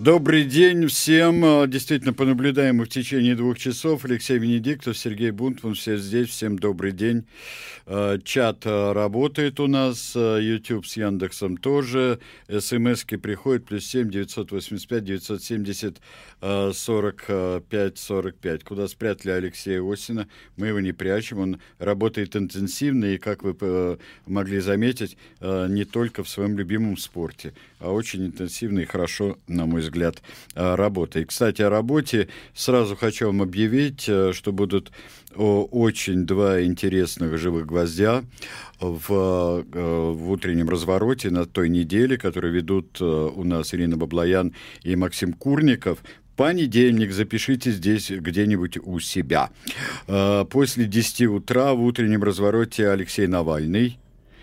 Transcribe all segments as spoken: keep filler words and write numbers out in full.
Добрый день всем. Действительно, понаблюдаем мы в течение двух часов. Алексей Венедиктов, Сергей Бунтман, все здесь. Всем добрый день. Чат работает у нас, YouTube с Яндексом тоже. СМСки приходят, плюс семь девятьсот восемьдесят пять девятьсот семьдесят сорок пять сорок пять. Куда спрятали Алексея Осина? Мы его не прячем. Он работает интенсивно и, как вы могли заметить, не только в своем любимом спорте, а очень интенсивно и хорошо, на мой взгляд, работает. И, кстати, о работе сразу хочу вам объявить, что будут очень два интересных живых гвоздя в, в утреннем развороте на той неделе, которые ведут у нас Ирина Баблоян и Максим Курников. Понедельник, запишите здесь где-нибудь у себя. После десяти утра в утреннем развороте Алексей Навальный.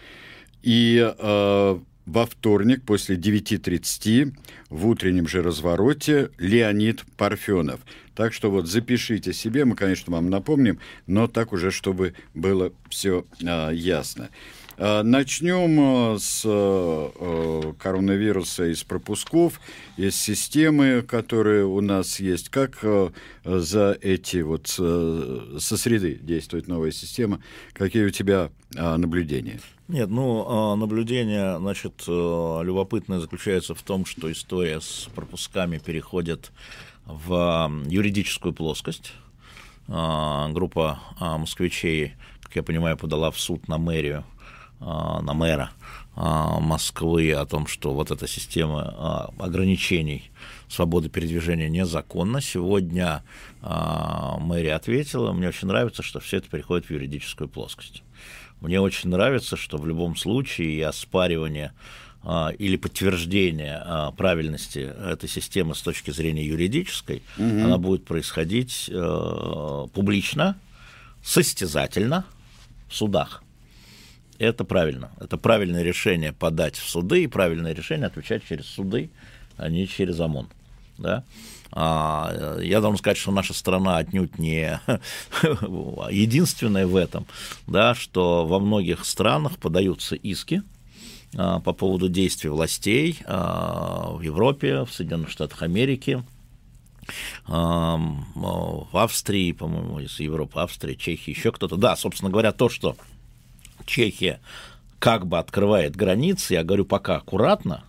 И во вторник после девяти тридцати в утреннем же развороте Леонид Парфенов. Так что вот запишите себе, мы, конечно, вам напомним, но так уже, чтобы было все а, ясно. А, начнем с а, коронавируса, из пропусков, из системы, которые у нас есть. Как а, за эти вот а, со среды действует новая система? Какие у тебя а, наблюдения? Нет, ну, наблюдение, значит, любопытное заключается в том, что история с пропусками переходит в юридическую плоскость. Группа москвичей, как я понимаю, подала в суд на мэрию, на мэра Москвы о том, что вот эта система ограничений свободы передвижения незаконна. Сегодня мэрия ответила. Мне очень нравится, что все это переходит в юридическую плоскость. Мне очень нравится, что в любом случае и оспаривание а, или подтверждение а, правильности этой системы с точки зрения юридической, угу. она будет происходить а, публично, состязательно в судах. Это правильно. Это правильное решение подать в суды и правильное решение отвечать через суды, а не через ОМОН. Да? А, я должен сказать, что наша страна отнюдь не единственная в этом, да, что во многих странах подаются иски а, по поводу действий властей а, в Европе, в Соединенных Штатах Америки, а, в Австрии, по-моему, из Европы, Австрии, Чехии, еще кто-то. Да, собственно говоря, то, что Чехия как бы открывает границы, я говорю пока аккуратно,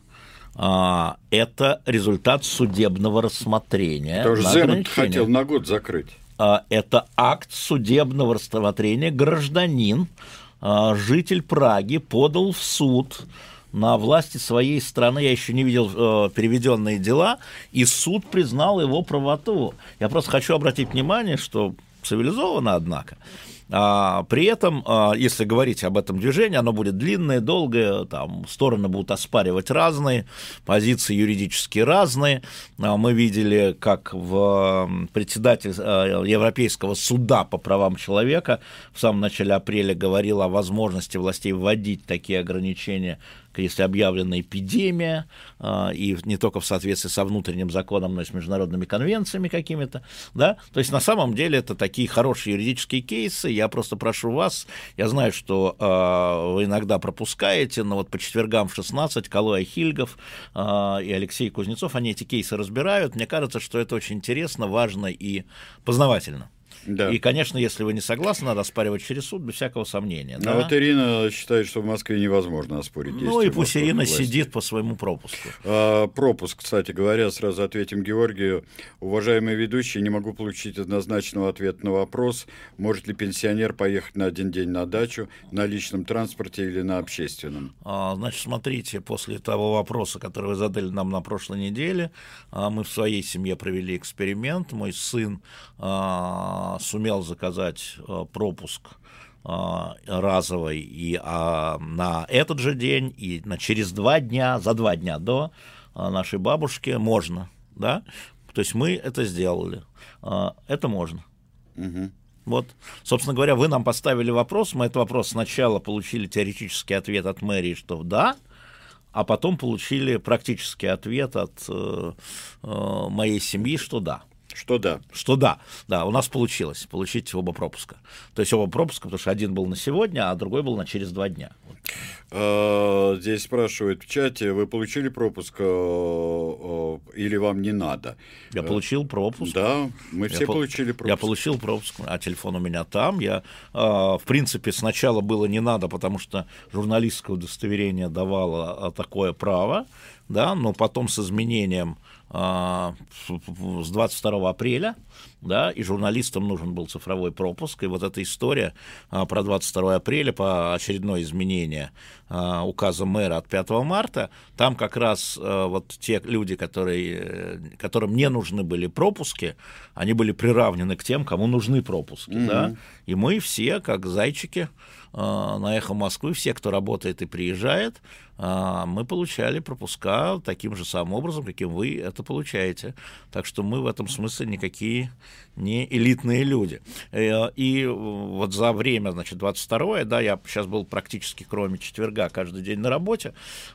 это результат судебного рассмотрения. Потому что Земан хотел на год закрыть. Это акт судебного рассмотрения. Гражданин, житель Праги, подал в суд на власти своей страны. Я еще не видел переведенные дела, и суд признал его правоту. Я просто хочу обратить внимание, что цивилизованно, однако. А, при этом, а, если говорить об этом движении, оно будет длинное, долгое, там, стороны будут оспаривать разные, позиции юридически разные. А, мы видели, как в председатель а, Европейского суда по правам человека в самом начале апреля говорил о возможности властей вводить такие ограничения, если объявлена эпидемия, и не только в соответствии со внутренним законом, но и с международными конвенциями какими-то, да, то есть на самом деле это такие хорошие юридические кейсы. Я просто прошу вас, я знаю, что э, вы иногда пропускаете, но вот по четвергам в шестнадцать Калой Хильгов э, и Алексей Кузнецов, они эти кейсы разбирают. Мне кажется, что это очень интересно, важно и познавательно. Да. И, конечно, если вы не согласны, надо оспаривать через суд, без всякого сомнения. А да? вот Ирина считает, что в Москве невозможно оспорить действия. Ну и пусть Ирина власти. Сидит по своему пропуску. А, пропуск, кстати говоря, сразу ответим Георгию. Уважаемый ведущий, не могу получить однозначного ответа на вопрос, может ли пенсионер поехать на один день на дачу на личном транспорте или на общественном. А, значит, смотрите, после того вопроса, который вы задали нам на прошлой неделе, а, мы в своей семье провели эксперимент. Мой сын а, сумел заказать а, пропуск а, разовый и а, на этот же день, и на, через два дня, за два дня до а, нашей бабушки можно, да? То есть мы это сделали. А, это можно. Угу. Вот, собственно говоря, вы нам поставили вопрос, мы этот вопрос сначала получили теоретический ответ от мэрии, что да, а потом получили практический ответ от э, э, моей семьи, что да. Что да. Что да, да, у нас получилось получить оба пропуска. То есть оба пропуска, потому что один был на сегодня, а другой был на через два дня. А, здесь спрашивают в чате, вы получили пропуск э, э, или вам не надо? Я получил пропуск. Да, мы все я получили пропуск. Я получил пропуск, а телефон у меня там. Я, э, в принципе, сначала было не надо, потому что журналистское удостоверение давало такое право, да, но потом с изменением с двадцать второго апреля, да, и журналистам нужен был цифровой пропуск, и вот эта история а, про двадцать второго апреля, по очередное изменение а, указа мэра от пятого марта, там как раз а, вот те люди, которые, которым не нужны были пропуски, они были приравнены к тем, кому нужны пропуски, mm-hmm. да, и мы все, как зайчики, а, на «Эхо Москвы», все, кто работает и приезжает, а, мы получали пропуска таким же самым образом, каким вы это получаете. Так что мы в этом смысле никакие не элитные люди. И вот за время, значит, двадцать второе, да, я сейчас был практически, кроме четверга, каждый день на работе,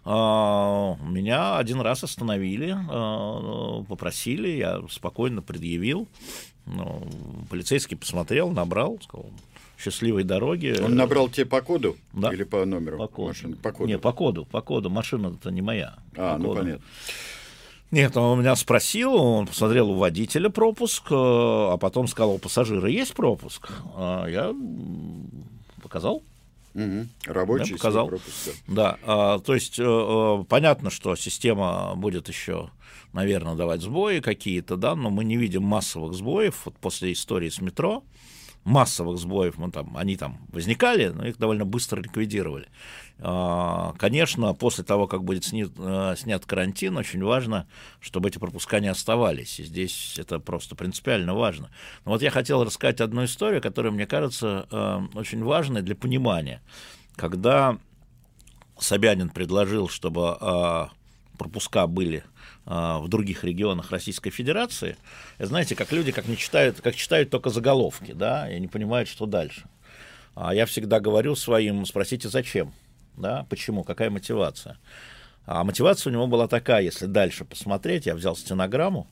меня один раз остановили, попросили, я спокойно предъявил. Ну, полицейский посмотрел, набрал, сказал: счастливой дороги. Он набрал тебе по коду? Да. Или по номеру по коду. машины? По коду. Не, по коду, по коду. Машина-то не моя. А, по ну коду. понятно. Нет, он меня спросил, он посмотрел у водителя пропуск, а потом сказал: у пассажира есть пропуск? А я показал. Угу. Рабочий я показал. Пропуск, да. Да, а, то есть а, понятно, что система будет еще, наверное, давать сбои какие-то, да, но мы не видим массовых сбоев. Вот после истории с метро массовых сбоев, мы там, они там возникали, но их довольно быстро ликвидировали. Конечно, после того, как будет снят, снят карантин, очень важно, чтобы эти пропуска не оставались. И здесь это просто принципиально важно. Но вот я хотел рассказать одну историю, которая, мне кажется, очень важной для понимания. Когда Собянин предложил, чтобы пропуска были в других регионах Российской Федерации, знаете, как люди как не читают, как читают только заголовки, да, и не понимают, что дальше. А я всегда говорю своим: спросите, зачем, да, почему, какая мотивация. А мотивация у него была такая, если дальше посмотреть, я взял стенограмму,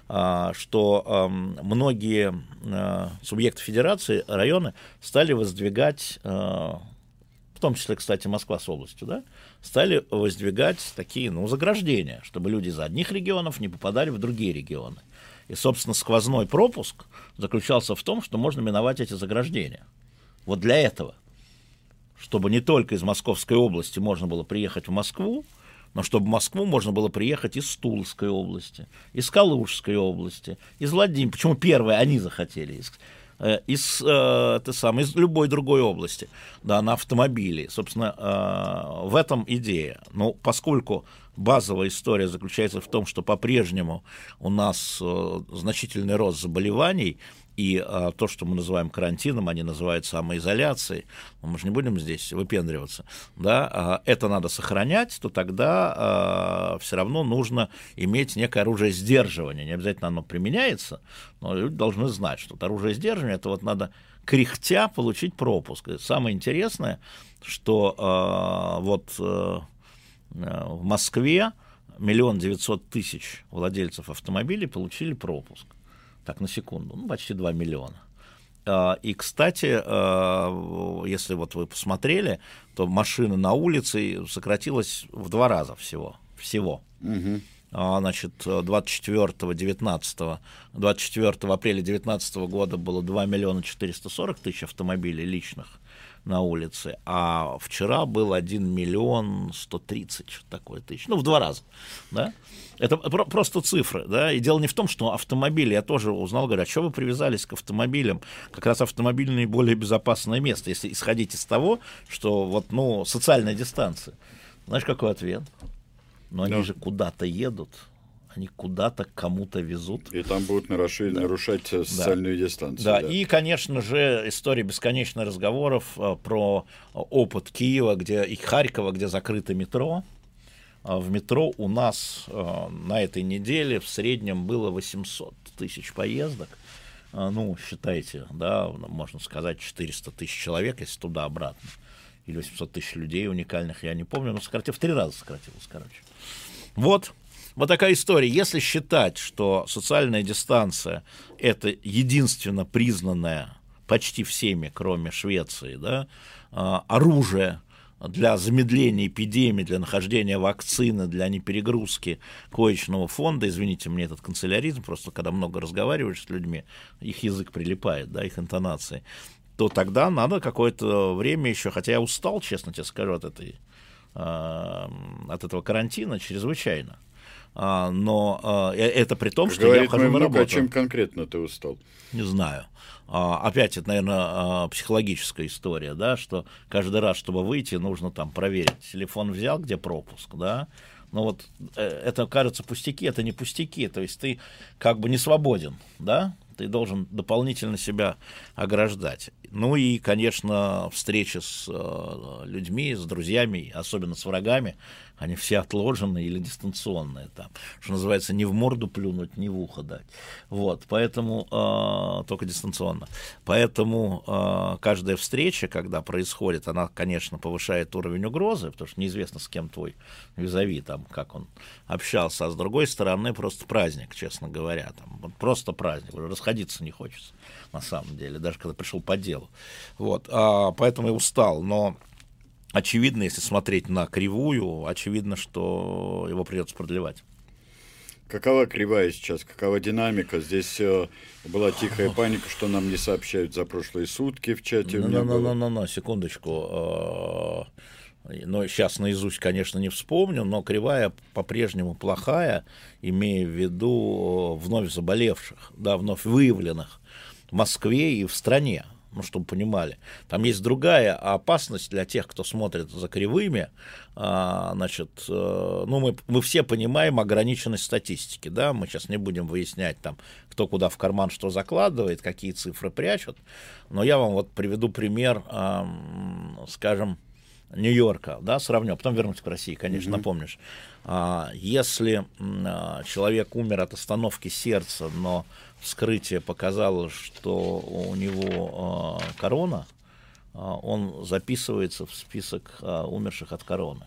что многие субъекты Федерации, районы, стали воздвигать, в том числе, кстати, Москва с областью, да, стали воздвигать такие, ну, заграждения, чтобы люди из одних регионов не попадали в другие регионы. И, собственно, сквозной пропуск заключался в том, что можно миновать эти заграждения. Вот для этого, чтобы не только из Московской области можно было приехать в Москву, но чтобы в Москву можно было приехать из Тульской области, из Калужской области, из Владимира. Почему первые они захотели? Из, из, э, ты сам, из любой другой области, да, на автомобиле. Собственно, э, в этом идея. Но поскольку базовая история заключается в том, что по-прежнему у нас э, значительный рост заболеваний, и а, то, что мы называем карантином, они называют самоизоляцией, мы же не будем здесь выпендриваться, да, а, это надо сохранять, то тогда а, все равно нужно иметь некое оружие сдерживания. Не обязательно оно применяется, но люди должны знать, что это оружие сдерживания, это вот надо кряхтя получить пропуск. И самое интересное, что а, вот а, в Москве миллион девятьсот тысяч владельцев автомобилей получили пропуск. Так, на секунду, ну, почти два миллиона. И, кстати, если вот вы посмотрели, то машины на улице сократилось в два раза всего. всего. Угу. Значит, двадцать четвёртого, девятнадцатого, двадцать четвёртого апреля две тысячи девятнадцатого года было два миллиона четыреста сорок тысяч автомобилей личных на улице, а вчера был один миллион сто тридцать такое тысяч, ну, в два раза, да. Это про- просто цифры, да, и дело не в том, что автомобили, я тоже узнал, говорят, что вы привязались к автомобилям, как раз автомобиль наиболее безопасное место, если исходить из того, что вот, ну, социальная дистанция. Знаешь, какой ответ? Но они да. же куда-то едут, они куда-то кому-то везут. И там будут нарушить, да. нарушать социальную да. дистанцию. Да. да, и, конечно же, история бесконечных разговоров а, про опыт Киева, где, и Харькова, где закрыто метро. А в метро у нас а, на этой неделе в среднем было восемьсот тысяч поездок. А, ну, считайте, да, можно сказать, четыреста тысяч человек, если туда-обратно. Или восемьсот тысяч людей уникальных, я не помню, но сократил, в три раза сократилось, короче. Вот. Вот такая история. Если считать, что социальная дистанция — это единственно признанное почти всеми, кроме Швеции, да, оружие для замедления эпидемии, для нахождения вакцины, для неперегрузки коечного фонда, извините мне этот канцеляризм, просто когда много разговариваешь с людьми, их язык прилипает, да, их интонации, то тогда надо какое-то время еще, хотя я устал, честно тебе скажу, от этой, от этого карантина чрезвычайно. А, но а, это при том, как что говорит я хожу мой на внук, работу. а чем конкретно ты устал? Не знаю. А, опять это, наверное, а, психологическая история, да, что каждый раз, чтобы выйти, нужно там проверить, телефон взял, где пропуск, да. Но вот э, это, кажется, пустяки, это не пустяки, то есть ты как бы не свободен, да, ты должен дополнительно себя ограждать. Ну и, конечно, встречи с э, людьми, с друзьями, особенно с врагами, они все отложенные или дистанционные, там, что называется, не в морду плюнуть, не в ухо дать. Вот, поэтому э, только дистанционно. Поэтому э, каждая встреча, когда происходит, она, конечно, повышает уровень угрозы, потому что неизвестно, с кем твой визави, там, как он общался, а с другой стороны, просто праздник, честно говоря, там, вот просто праздник, уже расходиться не хочется, на самом деле, даже когда пришел по делу. Вот, а, поэтому я устал, но очевидно, если смотреть на кривую, очевидно, что его придется продлевать. Какова кривая сейчас, какова динамика? Здесь э, была тихая паника, что нам не сообщают за прошлые сутки в чате. Ну, ну, ну, ну, ну, секундочку. Но сейчас наизусть, конечно, не вспомню, но кривая по-прежнему плохая, имея в виду вновь заболевших, да, вновь выявленных в Москве и в стране. Ну, чтобы понимали. Там есть другая опасность для тех, кто смотрит за кривыми. А, значит, э, ну, мы, мы все понимаем ограниченность статистики, да, мы сейчас не будем выяснять, там, кто куда в карман что закладывает, какие цифры прячут, но я вам вот приведу пример, э, скажем, Нью-Йорка, да, сравню, а потом вернусь к России, конечно, mm-hmm. напомнишь. А, если а, человек умер от остановки сердца, но вскрытие показало, что у него а, корона, а, он записывается в список а, умерших от короны.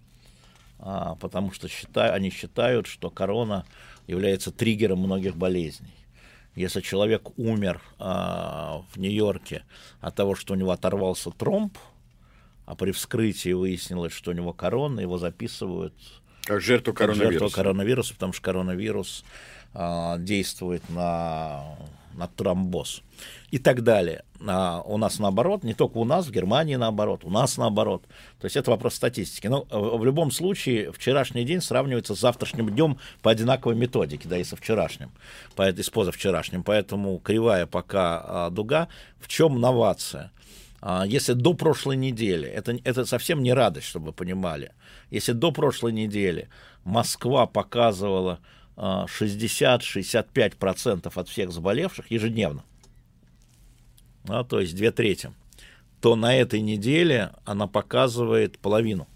А, потому что считай, они считают, что корона является триггером многих болезней. Если человек умер а, в Нью-Йорке от того, что у него оторвался тромб, а при вскрытии выяснилось, что у него корона, его записывают как жертву коронавируса. Жертву коронавируса, потому что коронавирус а, действует на, на тромбоз и так далее. А у нас наоборот, не только у нас, в Германии наоборот, у нас наоборот. То есть это вопрос статистики. Но в, в любом случае вчерашний день сравнивается с завтрашним днем по одинаковой методике, да и со вчерашним, по, и с позавчерашним. Поэтому кривая пока а, дуга. В чем новация? Если до прошлой недели, это, это совсем не радость, чтобы вы понимали, если до прошлой недели Москва показывала шестьдесят-шестьдесят пять процентов от всех заболевших ежедневно, а, то есть две трети, то на этой неделе она показывает половину.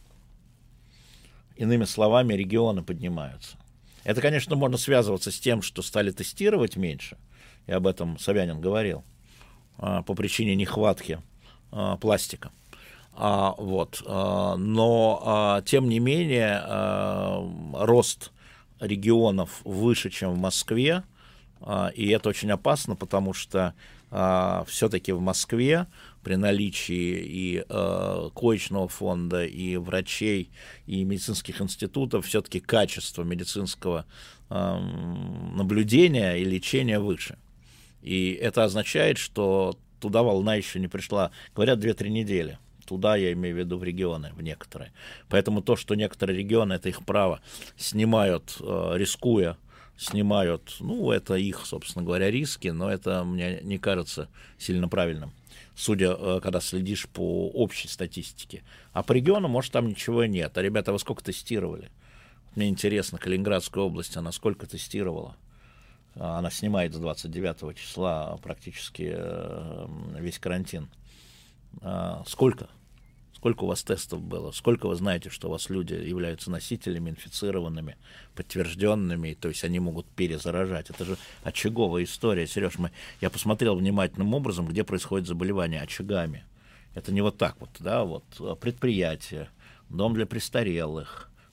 Иными словами, регионы поднимаются. Это, конечно, можно связываться с тем, что стали тестировать меньше, и об этом Собянин говорил, по причине нехватки пластика. А, вот. А, но, а, тем не менее, а, рост регионов выше, чем в Москве, а, и это очень опасно, потому что а, все-таки в Москве при наличии и а, коечного фонда, и врачей, и медицинских институтов все-таки качество медицинского а, наблюдения и лечения выше. И это означает, что туда волна еще не пришла. Говорят, две-три недели. Туда, я имею в виду, в регионы, в некоторые. Поэтому то, что некоторые регионы, это их право, снимают, э, рискуя, снимают, ну, это их, собственно говоря, риски, но это мне не кажется сильно правильным, судя, э, когда следишь по общей статистике. А по региону, может, там ничего нет. А, ребята, вы сколько тестировали? Мне интересно, Калининградская область, она сколько тестировала? Она снимает с двадцать девятого числа практически весь карантин. Сколько? Сколько у вас тестов было? Сколько вы знаете, что у вас люди являются носителями, инфицированными, подтвержденными, то есть они могут перезаражать? Это же очаговая история, Сереж. Мы, я посмотрел внимательным образом, где происходит заболевание очагами. Это не вот так вот, да, вот предприятия, дом для престарелых,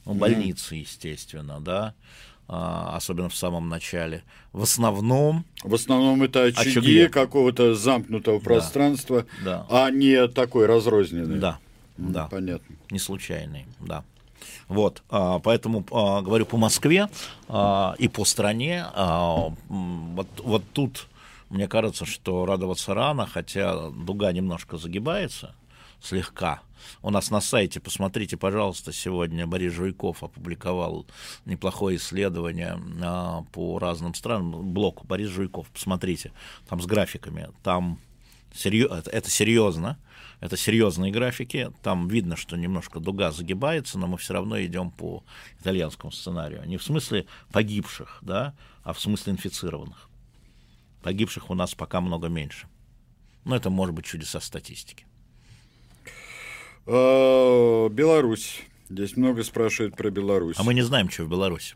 ну, больницы, естественно, да, а, особенно в самом начале. В основном... В основном это очаги, очаги. Какого-то замкнутого пространства, да. а не такой разрозненный. Да, mm, да. Понятно. Не случайный, да. Вот, а, поэтому а, говорю по Москве а, и по стране. А, вот, вот тут, мне кажется, что радоваться рано, хотя дуга немножко загибается, слегка. У нас на сайте, посмотрите, пожалуйста, сегодня Борис Жуйков опубликовал неплохое исследование а, по разным странам, блог Борис Жуйков, посмотрите, там с графиками, там серьез... это серьезно, это серьезные графики, там видно, что немножко дуга загибается, но мы все равно идем по итальянскому сценарию, не в смысле погибших, да, а в смысле инфицированных. Погибших у нас пока много меньше, но это может быть чудеса статистики. Беларусь. Здесь много спрашивают про Беларусь. А мы не знаем, что в Беларуси.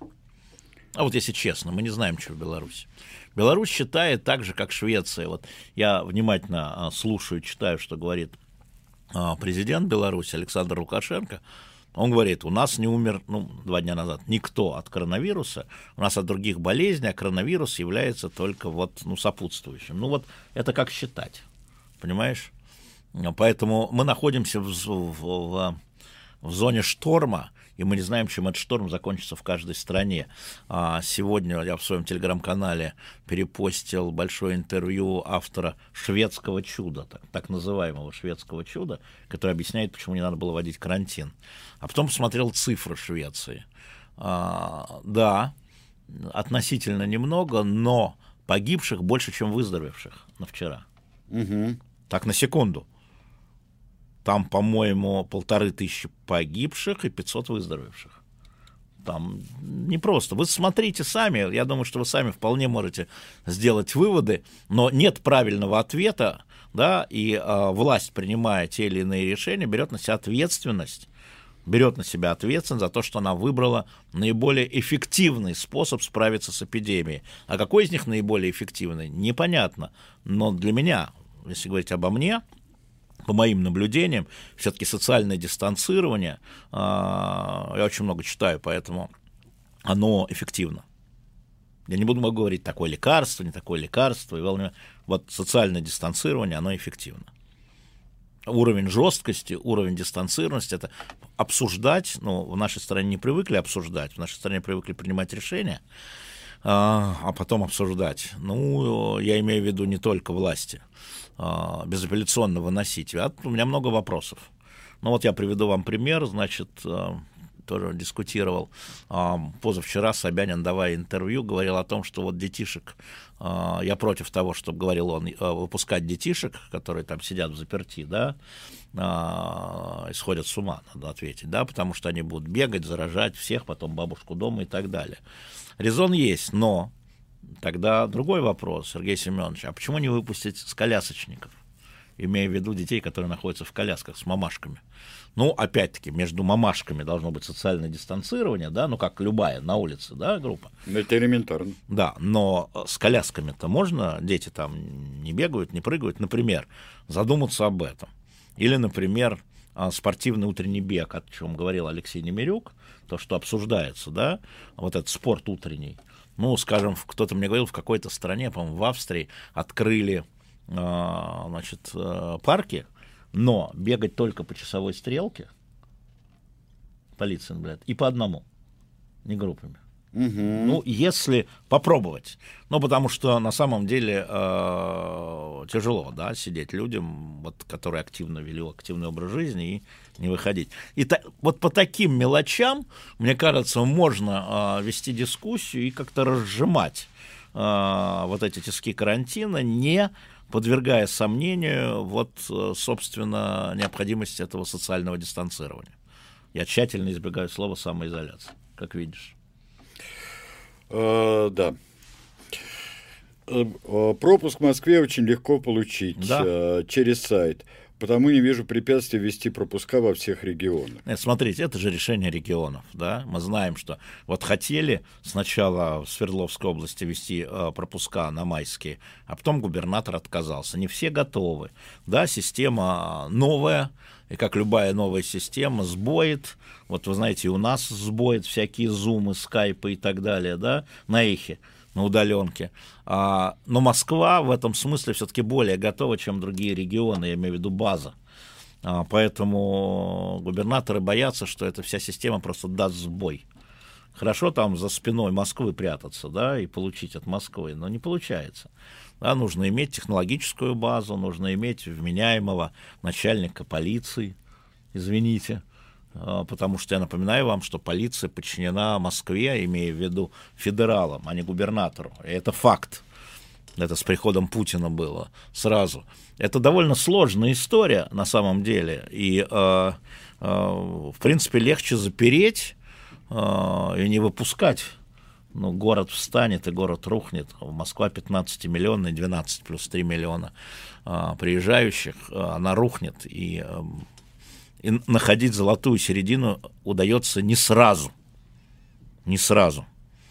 А вот если честно, мы не знаем, что в Беларуси. Беларусь считает так же, как Швеция. Вот я внимательно а, слушаю, читаю, что говорит а, президент Беларуси Александр Лукашенко. Он говорит, у нас не умер, ну, два дня назад, никто от коронавируса, у нас от других болезней, а коронавирус является только вот, ну, сопутствующим. Ну вот это как считать, понимаешь? Поэтому мы находимся в, в, в, в зоне шторма, и мы не знаем, чем этот шторм закончится в каждой стране. А сегодня я в своем телеграм-канале перепостил большое интервью автора «Шведского чуда», так, так называемого «Шведского чуда», который объясняет, почему не надо было вводить карантин. А потом посмотрел цифры Швеции. А, да, относительно немного, но погибших больше, чем выздоровевших на вчера. Угу. Так, на секунду. Там, по-моему, полторы тысячи погибших и пятьсот выздоровевших. Там непросто. Вы смотрите сами, я думаю, что вы сами вполне можете сделать выводы, но нет правильного ответа, да, и э, власть, принимая те или иные решения, берет на себя ответственность, берет на себя ответственность за то, что она выбрала наиболее эффективный способ справиться с эпидемией. А какой из них наиболее эффективный, непонятно. Но для меня, если говорить обо мне, по моим наблюдениям, все-таки социальное дистанцирование, э, я очень много читаю, поэтому оно эффективно. Я не буду могу говорить, такое лекарство, не такое лекарство. И волне... Вот социальное дистанцирование, оно эффективно. Уровень жесткости, уровень дистанцированности — это обсуждать, ну, в нашей стране не привыкли обсуждать, в нашей стране привыкли принимать решения, а, а потом обсуждать. Ну, я имею в виду не только власти, а, безапелляционно выносить. А у меня много вопросов. Ну, вот я приведу вам пример, значит, а, тоже дискутировал. А, позавчера Собянин, давая интервью, говорил о том, что вот детишек, а, я против того, чтобы, говорил он, выпускать детишек, которые там сидят в заперти, да, а, и сходят с ума, надо ответить, да, потому что они будут бегать, заражать всех, потом бабушку дома и так далее. Резон есть, но тогда другой вопрос, Сергей Семенович, а почему не выпустить с колясочников, имея в виду детей, которые находятся в колясках с мамашками? Ну, опять-таки, между мамашками должно быть социальное дистанцирование, да, ну, как любая на улице, да, группа. Это элементарно. Да, но с колясками-то можно, дети там не бегают, не прыгают, например, задуматься об этом. Или, например, спортивный утренний бег, о чем говорил Алексей Немирюк, то, что обсуждается, да, вот этот спорт утренний. Ну, скажем, кто-то мне говорил, в какой-то стране, по-моему, в Австрии открыли, значит, парки, но бегать только по часовой стрелке, полиция наблюдает, и по одному, не группами. Угу. Ну, если попробовать. Ну, потому что на самом деле э, тяжело, да, сидеть людям, вот, которые активно вели активный образ жизни, и не выходить. И та, вот по таким мелочам, мне кажется, можно э, вести дискуссию и как-то разжимать э, вот эти тиски карантина, не подвергая сомнению, вот, собственно, необходимости этого социального дистанцирования. Я тщательно избегаю слова самоизоляция, как видишь. Uh, да. Uh, пропуск в Москве очень легко получить, да. uh, через сайт. потому не вижу препятствий ввести пропуска во всех регионах. Нет, смотрите, это же решение регионов, да. Мы знаем, что вот хотели сначала в Свердловской области ввести э, пропуска на майские, а потом губернатор отказался. Не все готовы, да. Система новая, и как любая новая система сбоит. Вот вы знаете, и у нас сбоит всякие зумы, скайпы и так далее, да, на эхе, на удаленке. А, но Москва в этом смысле все-таки более готова, чем другие регионы, я имею в виду база. А, поэтому губернаторы боятся, что эта вся система просто даст сбой. Хорошо там за спиной Москвы прятаться, да, и получить от Москвы, но не получается. Да, нужно иметь технологическую базу, нужно иметь вменяемого начальника полиции, извините. Потому что я напоминаю вам, что полиция подчинена Москве, имея в виду федералам, а не губернатору. И это факт. Это с приходом Путина было сразу. Это довольно сложная история на самом деле. И, э, э, в принципе, легче запереть э, и не выпускать. Ну, город встанет, и город рухнет. Москва пятнадцатимиллионная, двенадцать плюс три миллиона э, приезжающих. Она рухнет, и... Э, И находить золотую середину удается не сразу. Не сразу.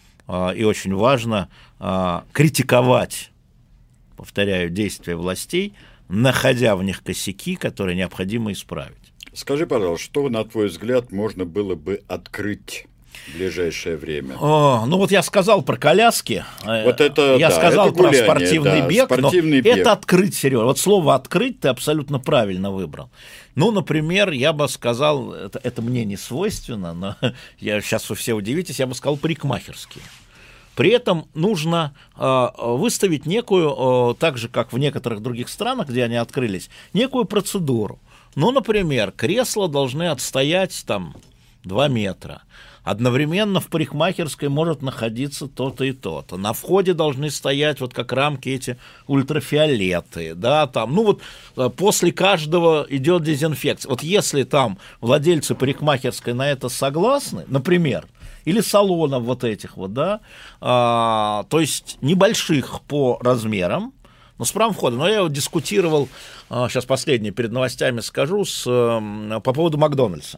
И очень важно критиковать, повторяю, действия властей, находя в них косяки, которые необходимо исправить. Скажи, пожалуйста, что, на твой взгляд, можно было бы открыть в ближайшее время? О, ну вот я сказал про коляски, вот это, я да, сказал это про гуляние, спортивный да, бег, спортивный но бег. Это открыть, Серега. Вот слово «открыть» ты абсолютно правильно выбрал. Ну, например, я бы сказал, это, это мне не свойственно, но я, сейчас вы все удивитесь, я бы сказал парикмахерские. При этом нужно э, выставить некую, э, так же, как в некоторых других странах, где они открылись, некую процедуру. Ну, например, кресла должны отстоять там два метра. Одновременно в парикмахерской может находиться то-то и то-то. На входе должны стоять вот как рамки эти ультрафиолеты, да, там, ну вот после каждого идет дезинфекция. Вот если там владельцы парикмахерской на это согласны, например, или салонов вот этих вот, да, а, то есть небольших по размерам, но с правом входа. Но я вот дискутировал, а, сейчас последнее перед новостями скажу, с, а, по поводу Макдональдса.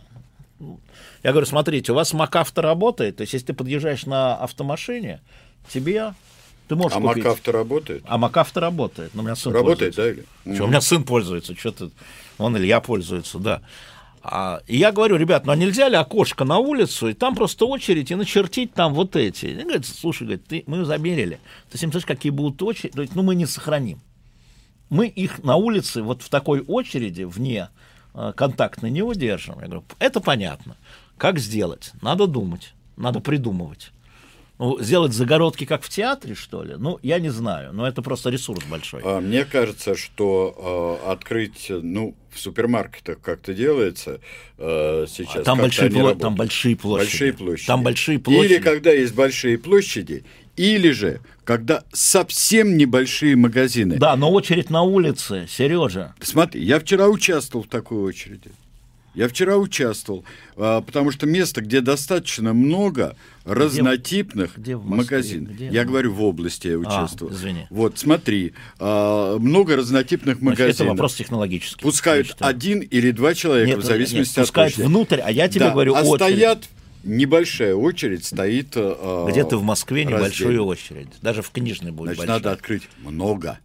Я говорю, смотрите, у вас МакАвто работает, то есть если ты подъезжаешь на автомашине, тебе... Ты можешь а купить. МакАвто работает? А МакАвто работает. Но у меня сын работает, пользуется. Да? Или? Что, у меня сын пользуется, что-то он или я пользуется, да. А, и я говорю, ребят, ну а нельзя ли окошко на улицу, и там просто очередь, и начертить там вот эти. И говорит, слушай, говорит, ты, мы замерили. Ты себе представляешь, какие будут очереди? Ну мы не сохраним. Мы их на улице вот в такой очереди, вне э, контактной, не удержим. Я говорю, это понятно. Как сделать? Надо думать, надо придумывать. Ну, сделать загородки, как в театре, что ли? Ну, я не знаю, но это просто ресурс большой. А, мне кажется, что э, открыть, ну, в супермаркетах как-то делается э, сейчас. А там, большие пло... там большие площади. Большие площади. Там большие площади. Или когда есть большие площади, или же когда совсем небольшие магазины. Да, но очередь на улице, Сережа. Смотри, я вчера участвовал в такой очереди. Я вчера участвовал, потому что место, где достаточно много разнотипных где, где магазинов. Где? Я говорю, в области я участвовал. А, извини. Вот, смотри, много разнотипных Значит, магазинов. это вопрос технологический. Пускают один или два человека, нет, в зависимости нет, от площади. Пускают внутрь, а я тебе да, говорю, а очередь. стоят, небольшая очередь стоит. Где-то в Москве раздельно. Небольшую очередь. Даже в книжной будет Значит, большая. надо открыть много.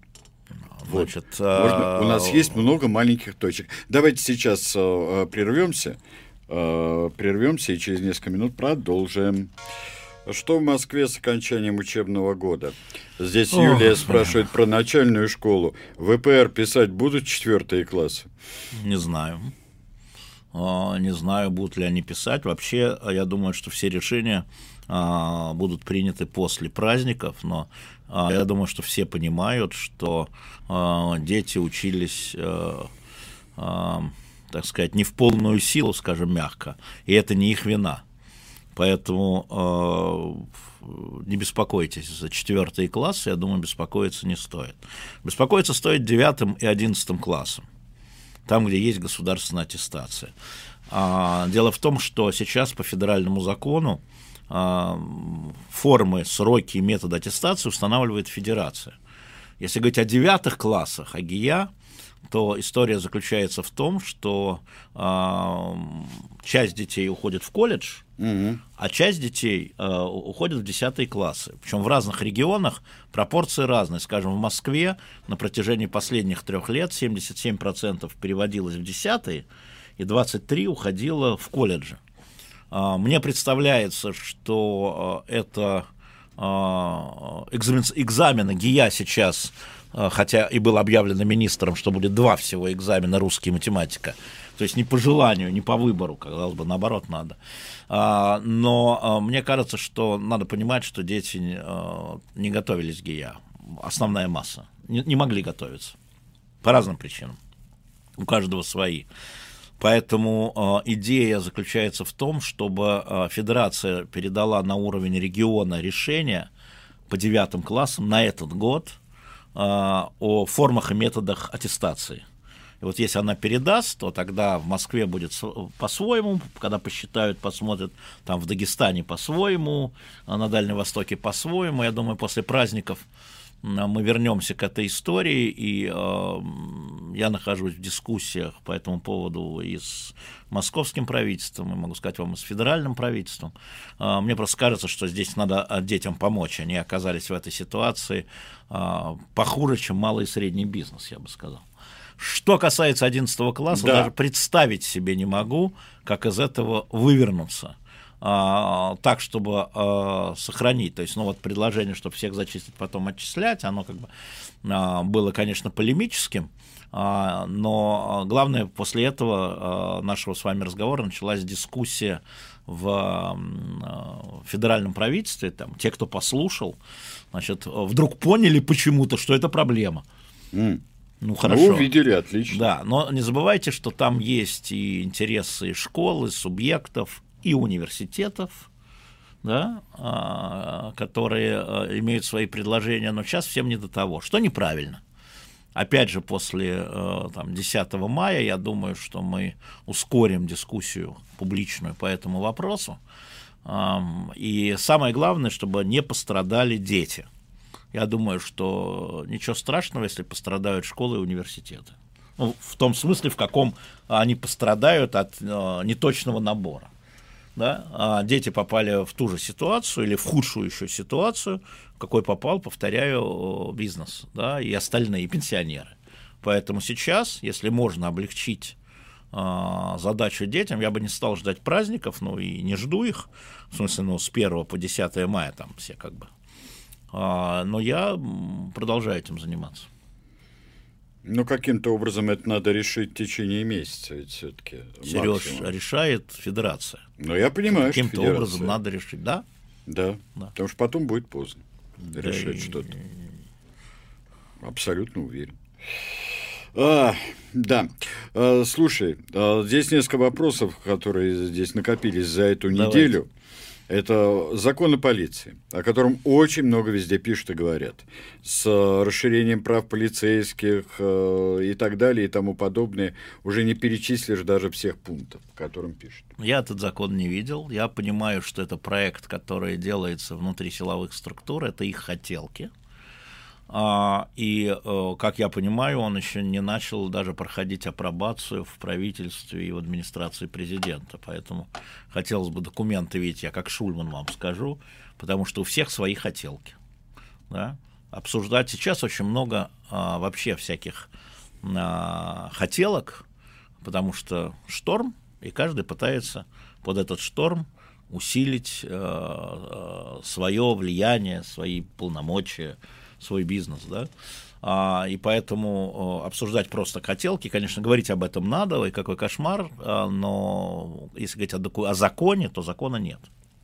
Вот. Значит, Можно, у нас есть много маленьких точек. Давайте сейчас э, прервемся, э, прервемся и через несколько минут продолжим. Что в Москве с окончанием учебного года? Здесь Ох, Юлия спрашивает про начальную школу. В ВПР писать будут четвертые классы? Не знаю. Не знаю, будут ли они писать. Вообще, я думаю, что все решения будут приняты после праздников, но я думаю, что все понимают, что дети учились, так сказать, не в полную силу, скажем мягко, и это не их вина. Поэтому не беспокойтесь за четвертые классы, я думаю, беспокоиться не стоит. Беспокоиться стоит девятым и одиннадцатым классом, там, где есть государственная аттестация. Дело в том, что сейчас по федеральному закону формы, сроки и методы аттестации устанавливает федерация. Если говорить о девятых классах, о ГИА, то история заключается в том, что э, часть детей уходит в колледж, угу. а часть детей э, уходит в десятые классы. Причем в разных регионах пропорции разные. Скажем, в Москве на протяжении последних трех лет семьдесят семь процентов переводилось в десятые, и двадцать три процента уходило в колледжи. Э, мне представляется, что э, это э, экзамен, экзамены ГИА сейчас, хотя и было объявлено министром, что будет два всего экзамена, русский и математика. То есть не по желанию, не по выбору, казалось бы, наоборот надо. Но мне кажется, что надо понимать, что дети не готовились к ГИА. Основная масса. Не могли готовиться. По разным причинам. У каждого свои. Поэтому идея заключается в том, чтобы федерация передала на уровень региона решение по девятым классам на этот год о формах и методах аттестации. И вот если она передаст, то тогда в Москве будет по-своему, когда посчитают, посмотрят, там в Дагестане по-своему, на Дальнем Востоке по-своему. Я думаю, после праздников мы вернемся к этой истории, и э, я нахожусь в дискуссиях по этому поводу и с московским правительством, и могу сказать вам, и с федеральным правительством. Э, мне просто кажется, что здесь надо детям помочь. Они оказались в этой ситуации э, похуже, чем малый и средний бизнес, я бы сказал. Что касается одиннадцатого класса, да. даже представить себе не могу, как из этого вывернуться. А, так, чтобы а, сохранить. То есть, ну вот предложение, чтобы всех зачислить, потом отчислять, оно как бы а, было, конечно, полемическим, а, но главное, после этого а, нашего с вами разговора началась дискуссия в а, федеральном правительстве. Там, те, кто послушал, значит, вдруг поняли почему-то, что это проблема. Mm. Ну, хорошо. Ну, увидели, отлично. Да, но не забывайте, что там есть и интересы и школ, и субъектов, и университетов, да, которые имеют свои предложения, но сейчас всем не до того, что неправильно. Опять же, после там, десятого мая, я думаю, что мы ускорим дискуссию публичную по этому вопросу. И самое главное, чтобы не пострадали дети. Я думаю, что ничего страшного, если пострадают школы и университеты. Ну, в том смысле, в каком они пострадают от неточного набора. Да? А дети попали в ту же ситуацию или в худшую еще ситуацию, в какой попал, повторяю, бизнес, да, и остальные, и пенсионеры. Поэтому сейчас, если можно облегчить а, задачу детям, я бы не стал ждать праздников, ну и не жду их, в смысле, ну, с первого по десятое мая там все как бы. А, но я продолжаю этим заниматься. Ну, каким-то образом это надо решить в течение месяца, ведь все-таки. Сереж, решает федерация. Ну, я понимаю, каким-то что федерация. образом надо решить, да? Да, да. Потому что потом будет поздно да решать и... что-то. Абсолютно уверен. А, да. А, слушай, а, здесь несколько вопросов, которые здесь накопились за эту Давайте. неделю. Это закон о полиции, о котором очень много везде пишут и говорят, с расширением прав полицейских э, и так далее и тому подобное. Уже не перечислишь даже всех пунктов, о которых пишут. Я этот закон не видел. Я понимаю, что это проект, который делается внутри силовых структур, это их хотелки. А, и, как я понимаю, он еще не начал даже проходить апробацию в правительстве и в администрации президента. Поэтому хотелось бы документы видеть, я как Шульман вам скажу, потому что у всех свои хотелки. Да? Обсуждать сейчас очень много а, вообще всяких а, хотелок, потому что шторм, и каждый пытается под этот шторм усилить а, а, свое влияние, свои полномочия, свой бизнес, да, а, и поэтому а, обсуждать просто хотелки, конечно, говорить об этом надо, и какой кошмар, а, но если говорить о, доку- о законе, то закона нет.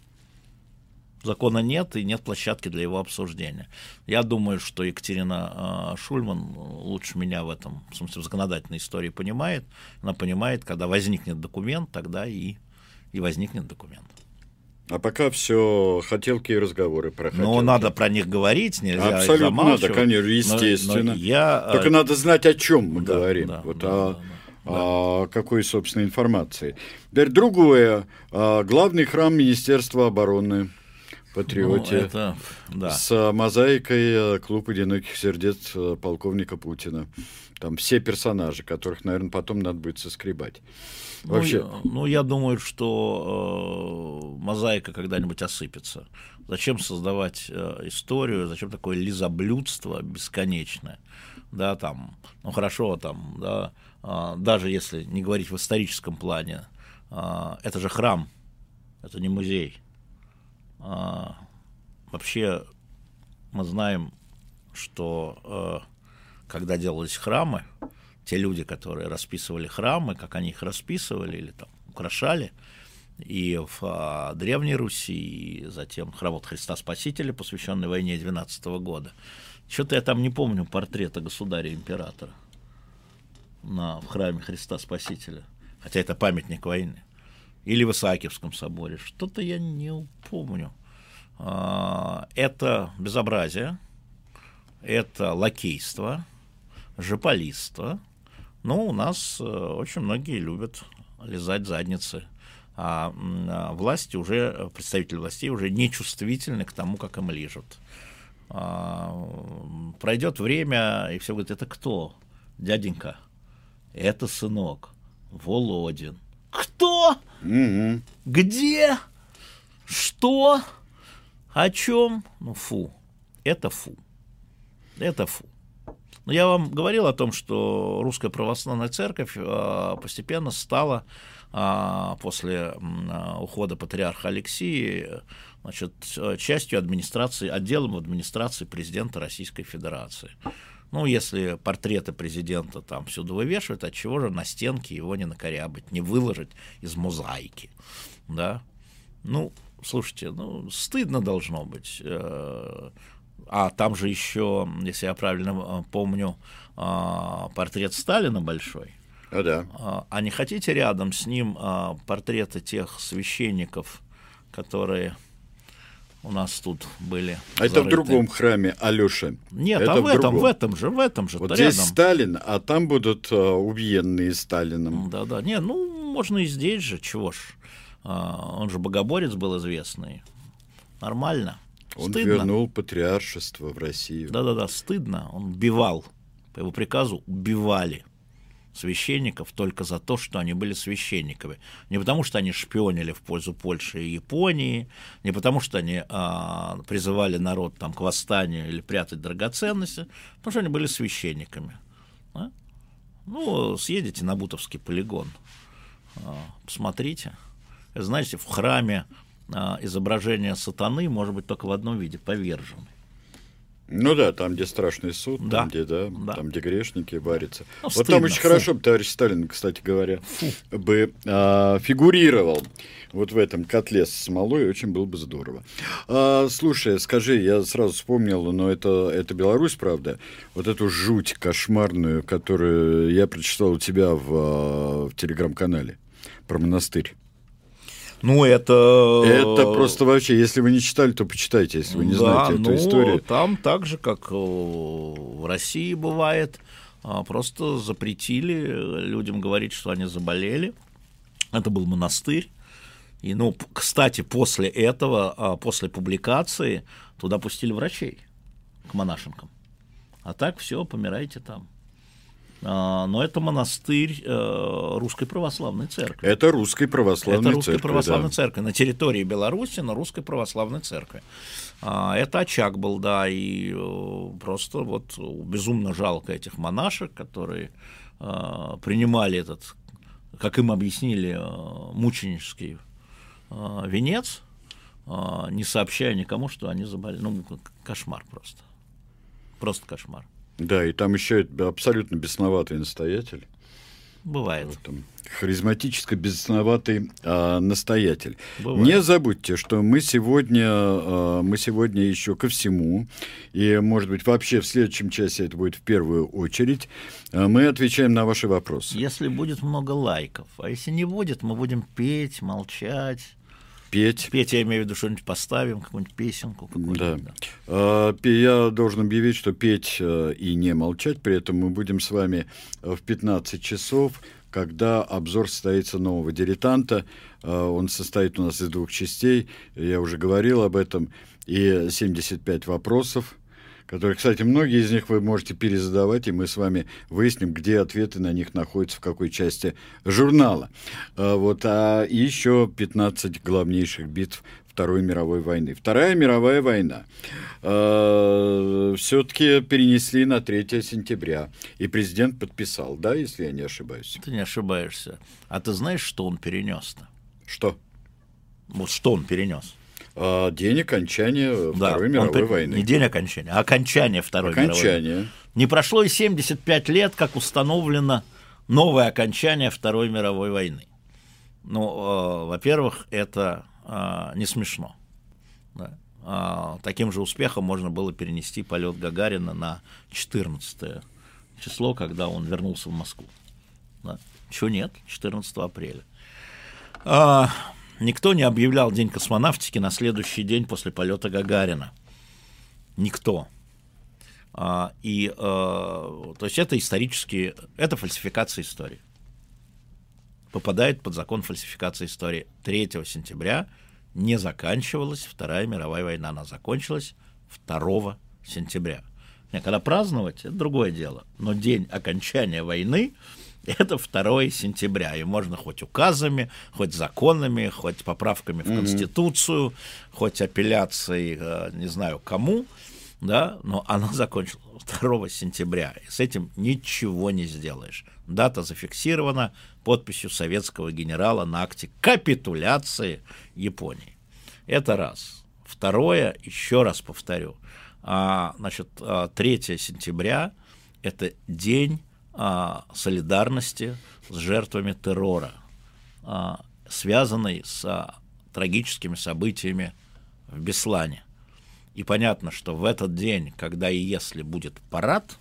Закона нет, и нет площадки для его обсуждения. Я думаю, что Екатерина а, Шульман лучше меня в этом, в смысле, в законодательной истории понимает. Она понимает, когда возникнет документ, тогда и, и возникнет документ. А пока все хотелки и разговоры про хотелки. Ну, надо про них говорить, нельзя Абсолютно замалчивать. надо, конечно, естественно. Но, но я... Только надо знать, о чем мы да, говорим. Да, вот да, о, да, да. о какой, собственно, информации. Теперь другое. Главный храм Министерства обороны патриоте, ну, это, да. с мозаикой «Клуб одиноких сердец» полковника Путина. Там все персонажи, которых, наверное, потом надо будет соскребать. Вообще... Ну, ну, я думаю, что э, мозаика когда-нибудь осыпется. Зачем создавать э, историю, зачем такое лизоблюдство бесконечное? Да, там, ну хорошо, там, да, э, даже если не говорить в историческом плане, э, это же храм, это не музей. Э, вообще мы знаем, что э, когда делались храмы, те люди, которые расписывали храмы, как они их расписывали или там украшали, и в а, Древней Руси, и затем храм Христа Спасителя, посвященный войне двенадцатого года. Что-то я там не помню портрета государя-императора на, в храме Христа Спасителя, хотя это памятник войны. Или в Исаакиевском соборе. Что-то я не помню. А, это безобразие, это лакейство, жополистство. Ну, у нас э, очень многие любят лизать задницы, а, а власти уже, представители властей уже нечувствительны к тому, как им лижут. А, пройдет время, и все говорят, это кто? Дяденька, это сынок, Володин. Кто? Угу. Где? Что? О чем? Ну, фу. Это фу. Это фу. Но я вам говорил о том, что Русская Православная Церковь постепенно стала после ухода патриарха Алексия, значит, частью администрации, отделом администрации президента Российской Федерации. Ну, если портреты президента там всюду вывешивают, отчего же на стенке его не накорябать, не выложить из мозаики, да? Ну, слушайте, ну, стыдно должно быть. А там же еще, если я правильно помню, портрет Сталина большой. А, да. А не хотите рядом с ним портреты тех священников, которые у нас тут были А это в другом храме, Алёша? Нет, это а в, в этом, другом. в этом же, в этом же. Вот рядом. Здесь Сталин, а там будут а, убиенные Сталином. Да-да, не, ну, можно и здесь же, чего ж. А, он же богоборец был известный. Нормально. Он стыдно. вернул патриаршество в Россию. Да-да-да, стыдно. Он убивал. По его приказу убивали священников только за то, что они были священниками. Не потому, что они шпионили в пользу Польши и Японии, не потому, что они а, призывали народ там, к восстанию или прятать драгоценности, потому что они были священниками. А? Ну, съедете на Бутовский полигон, а, посмотрите. Знаете, в храме а, изображение сатаны может быть только в одном виде — поверженный. Ну да, там, где страшный суд, да. там, где, да, да. там, где грешники варятся. Ну, вот стыдно, там очень фу. хорошо бы товарищ Сталин, кстати говоря, фу. бы а, фигурировал вот в этом котле с смолой, очень было бы здорово. А, слушай, скажи, я сразу вспомнил, но это, это Беларусь, правда, вот эту жуть кошмарную, которую я прочитал у тебя в, в телеграм-канале про монастырь. Ну, это... Это просто вообще, если вы не читали, то почитайте, если вы не да, знаете эту ну, историю. Там так же, как в России бывает, просто запретили людям говорить, что они заболели. Это был монастырь. И, ну, кстати, после этого, после публикации, туда пустили врачей к монашенкам. А так все, помирайте там. Но это монастырь Русской Православной Церкви. Это Русской Православной Это Русской Церкви, Православной да. Церкви. На территории Беларуси, на Русской Православной Церкви. Это очаг был, да, и просто вот безумно жалко этих монашек, которые принимали этот, как им объяснили, мученический венец, не сообщая никому, что они заболели. Ну, кошмар просто. Просто кошмар. Да, и там еще абсолютно бесноватый настоятель. Бывает. Там, харизматически бесноватый а, настоятель. Бывает. Не забудьте, что мы сегодня, а, мы сегодня еще ко всему, и, может быть, вообще в следующем часе это будет в первую очередь, а, мы отвечаем на ваши вопросы. Если будет много лайков, а если не будет, мы будем петь, молчать. Петь. Петь, я имею в виду, что-нибудь поставим, какую-нибудь песенку. Да. Да. Я должен объявить, что петь и не молчать, при этом мы будем с вами в пятнадцать часов когда обзор состоится нового дилетанта. Он состоит у нас из двух частей, я уже говорил об этом, и семьдесят пять вопросов, которые, кстати, многие из них вы можете перезадавать, и мы с вами выясним, где ответы на них находятся, в какой части журнала. Вот, а еще пятнадцать главнейших битв Второй мировой войны. Вторая мировая война э, все-таки перенесли на третье сентября, и президент подписал, да, если я не ошибаюсь? Ты не ошибаешься. А ты знаешь, что он перенес-то? Что? Вот что он перенес? Э, день окончания да, Второй мировой пер... войны. Не день окончания, а окончание Второй окончание. мировой войны. Не прошло и семьдесят пять лет, как установлено новое окончание Второй мировой войны. Ну, э, во-первых, это э, не смешно. Да. Э, таким же успехом можно было перенести полет Гагарина на четырнадцатое число, когда он вернулся в Москву. Да. Чего нет? четырнадцатого апреля. Э, никто не объявлял День космонавтики на следующий день после полета Гагарина. Никто. Э, и, э, то есть это исторически, это фальсификация истории. Попадает под закон фальсификации истории. третьего сентября не заканчивалась Вторая мировая война, она закончилась второго сентября. Нет, когда праздновать, это другое дело, но день окончания войны — это второго сентября, и можно хоть указами, хоть законами, хоть поправками в Конституцию, mm-hmm. хоть апелляцией, не знаю кому, да, но она закончилась второго сентября, и с этим ничего не сделаешь. Дата зафиксирована подписью советского генерала на акте капитуляции Японии. Это раз. Второе, еще раз повторю, а, значит, третьего сентября – это день а, солидарности с жертвами террора, а, связанный с а, трагическими событиями в Беслане. И понятно, что в этот день, когда и если будет парад,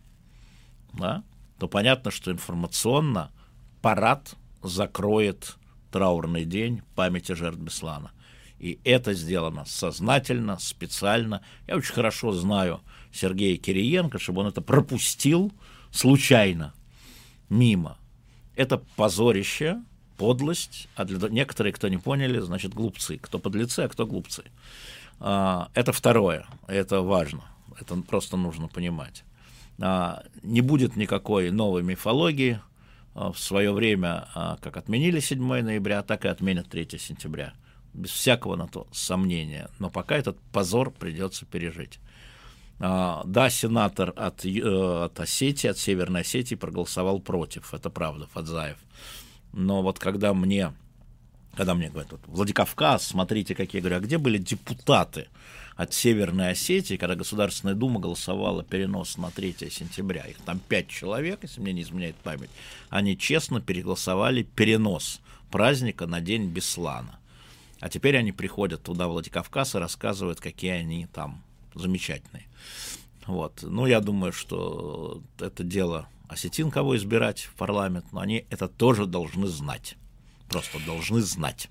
да, то понятно, что информационно парад закроет траурный день памяти жертв Беслана. И это сделано сознательно, специально. Я очень хорошо знаю Сергея Кириенко, чтобы он это пропустил случайно, мимо. Это позорище, подлость, а для некоторых, кто не поняли, значит, глупцы. Кто подлецы, а кто глупцы. Это второе, это важно, это просто нужно понимать. Не будет никакой новой мифологии. В свое время как отменили седьмого ноября, так и отменят третьего сентября. Без всякого на то сомнения. Но пока этот позор придется пережить. Да, сенатор от, от Осетии, от Северной Осетии проголосовал против. Это правда, Фадзаев. Но вот когда мне... Когда мне говорят, вот, Владикавказ, смотрите, какие, я говорю, а где были депутаты от Северной Осетии, когда Государственная Дума голосовала перенос на третьего сентября? Их там пять человек, если мне не изменяет память. Они честно переголосовали перенос праздника на день Беслана. А теперь они приходят туда, в Владикавказ, и рассказывают, какие они там замечательные. Вот. Ну, я думаю, что это дело осетин, кого избирать в парламент, но они это тоже должны знать. Просто должны знать.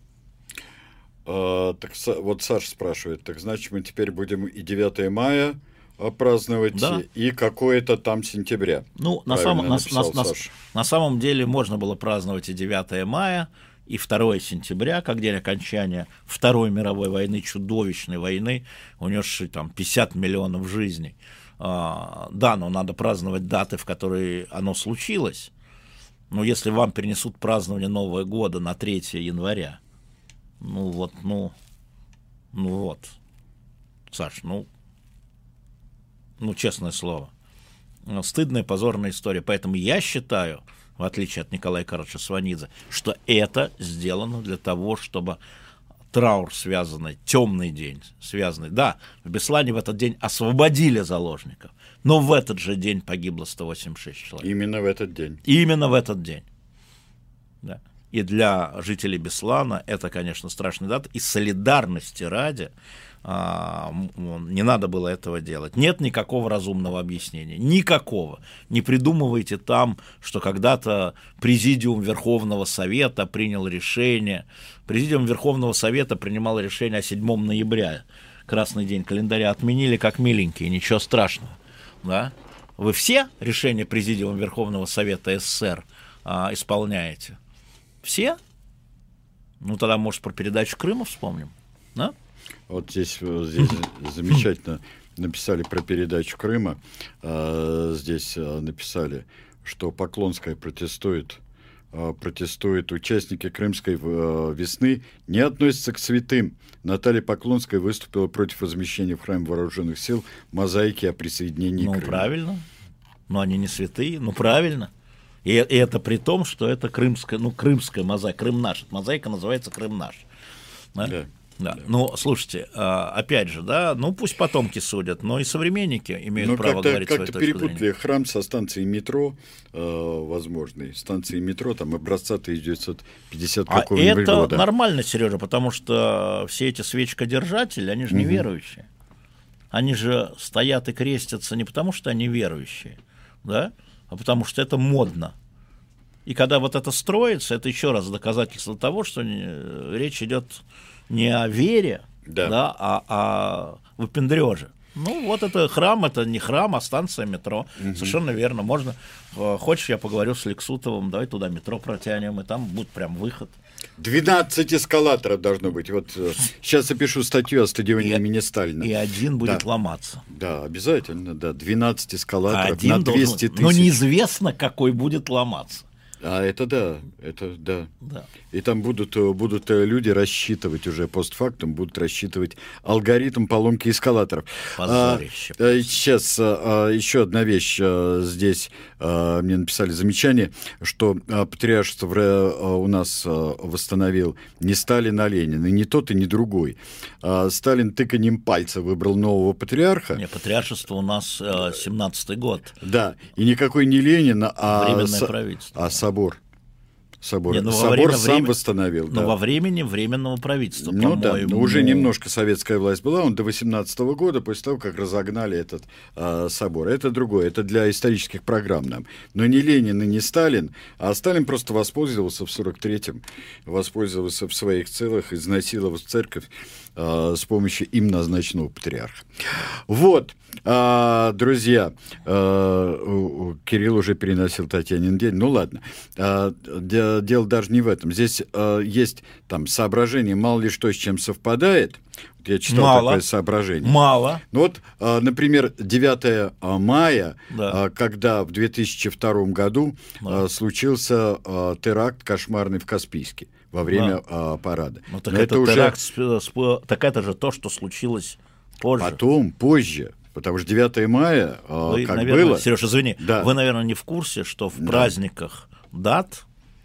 А, так вот Саша спрашивает, так значит, мы теперь будем и девятого мая праздновать, да. и какое-то там сентября. Ну, на, сам, на, на, на, на самом деле можно было праздновать и девятого мая, и второго сентября, как день окончания Второй мировой войны, чудовищной войны, унесшей там пятьдесят миллионов жизней. А, да, но надо праздновать даты, в которые оно случилось. Но если вам перенесут празднование Нового года на третьего января, ну вот, ну, ну вот, Саш, ну, ну, честное слово, стыдная, позорная история. Поэтому я считаю, в отличие от Николая Карловича Сванидзе, что это сделано для того, чтобы траур связанный, темный день связанный. Да, в Беслане в этот день освободили заложников, но в этот же день погибло сто восемьдесят шесть человек. Именно в этот день. Именно в этот день. Да. И для жителей Беслана это, конечно, страшная дата. И солидарности ради а, не надо было этого делать. Нет никакого разумного объяснения. Никакого. Не придумывайте там, что когда-то Президиум Верховного Совета принял решение. Президиум Верховного Совета принимал решение о седьмого ноября. Красный день календаря отменили как миленький. Ничего страшного. Да? Вы все решения Президиума Верховного Совета СССР а, исполняете? Все? Ну, тогда, может, про передачу Крыма вспомним, да? Вот здесь, вот здесь замечательно написали про передачу Крыма. А, здесь а, написали, что Поклонская протестует, а, протестует участники Крымской а, весны, не относятся к святым. Наталья Поклонская выступила против размещения в храме вооруженных сил мозаики о присоединении ну, Крыма. Ну, правильно. Но они не святые, ну, правильно. И, и это при том, что это крымская, ну, крымская мозаика, Крым наш. Мозаика называется Крым наш. Да? Да. Да. Да. Ну, слушайте, опять же, да, ну пусть потомки судят, но и современники имеют ну, право как-то, говорить как-то свою точку перепутали зрения. храм со станцией метро, э, возможной. Станции метро, там, образца тысяча девятьсот пятидесятого А какого-нибудь это года. нормально, Сережа, потому что все эти свечкодержатели, они же не Мгм. верующие. Они же стоят и крестятся не потому, что они верующие, да, а потому что это модно. И когда вот это строится, это еще раз доказательство того, что не- речь идет не о вере, Да. да, а о выпендрёже. Ну, вот это храм, это не храм, а станция метро. Совершенно верно. Можно, э, хочешь, я поговорю с Лексутовым, давай туда метро протянем, и там будет прям выход. двенадцать эскалаторов должно быть. Вот э, сейчас опишу статью о стадионе И- имени Сталина. И один будет Да. ломаться. Да, обязательно, да. двенадцать А эскалаторов один на двести должен... Но тысяч. неизвестно, какой будет ломаться. А это да, это да. Да. И там будут, э, будут э, люди рассчитывать уже постфактум, будут рассчитывать алгоритм поломки эскалаторов. Позорище. А, э, сейчас а, еще одна вещь. а, Здесь а, мне написали замечание, что а, патриаршество в Ре- а, у нас а, восстановил не Сталин, а Ленин. И не тот, и не другой. А, Сталин тыканьем пальца выбрал нового патриарха. Не, патриаршество у нас э, семнадцатый год. Да, и никакой не Ленин, а, Временное со- правительство. а собор. Собор, Не, ну, во собор время сам время- восстановил. Но да. во времени временного правительства, Ну да, по-моему. но уже немножко советская власть была, он до восемнадцатого года, после того, как разогнали этот а, собор. Это другое, это для исторических программ нам. Но не Ленин и не Сталин, а Сталин просто воспользовался в сорок третьем, воспользовался в своих целях, изнасиловав церковь а, с помощью им назначенного патриарха. Вот, а, друзья, а, у- у- Кирилл уже переносил Татьянин день, ну ладно, а, де- дело даже не в этом. Здесь а, есть там соображение, мало ли что с чем совпадает. Вот я читал Мало. такое соображение. Мало. Ну вот, а, например, девятое мая, Да. а, когда в две тысячи втором году Да. а, случился а, теракт кошмарный в Каспийске во время а, парада. Ну, так Но это, уже теракт с- с- так это же то, что случилось позже. потом, позже, потому что девятое мая, а, Вы, как наверное, было... Сереж, извини, Да. вы, наверное, не в курсе, что в Да. праздниках дат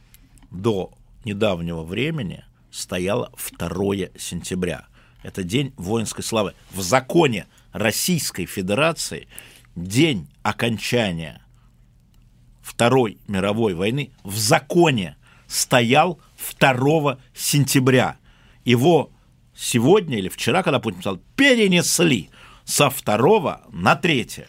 до недавнего времени стояло второе сентября. Это день воинской славы. В законе Российской Федерации день окончания Второй мировой войны в законе стоял второго сентября. Его сегодня или вчера, когда Путин писал, перенесли со второго на третье.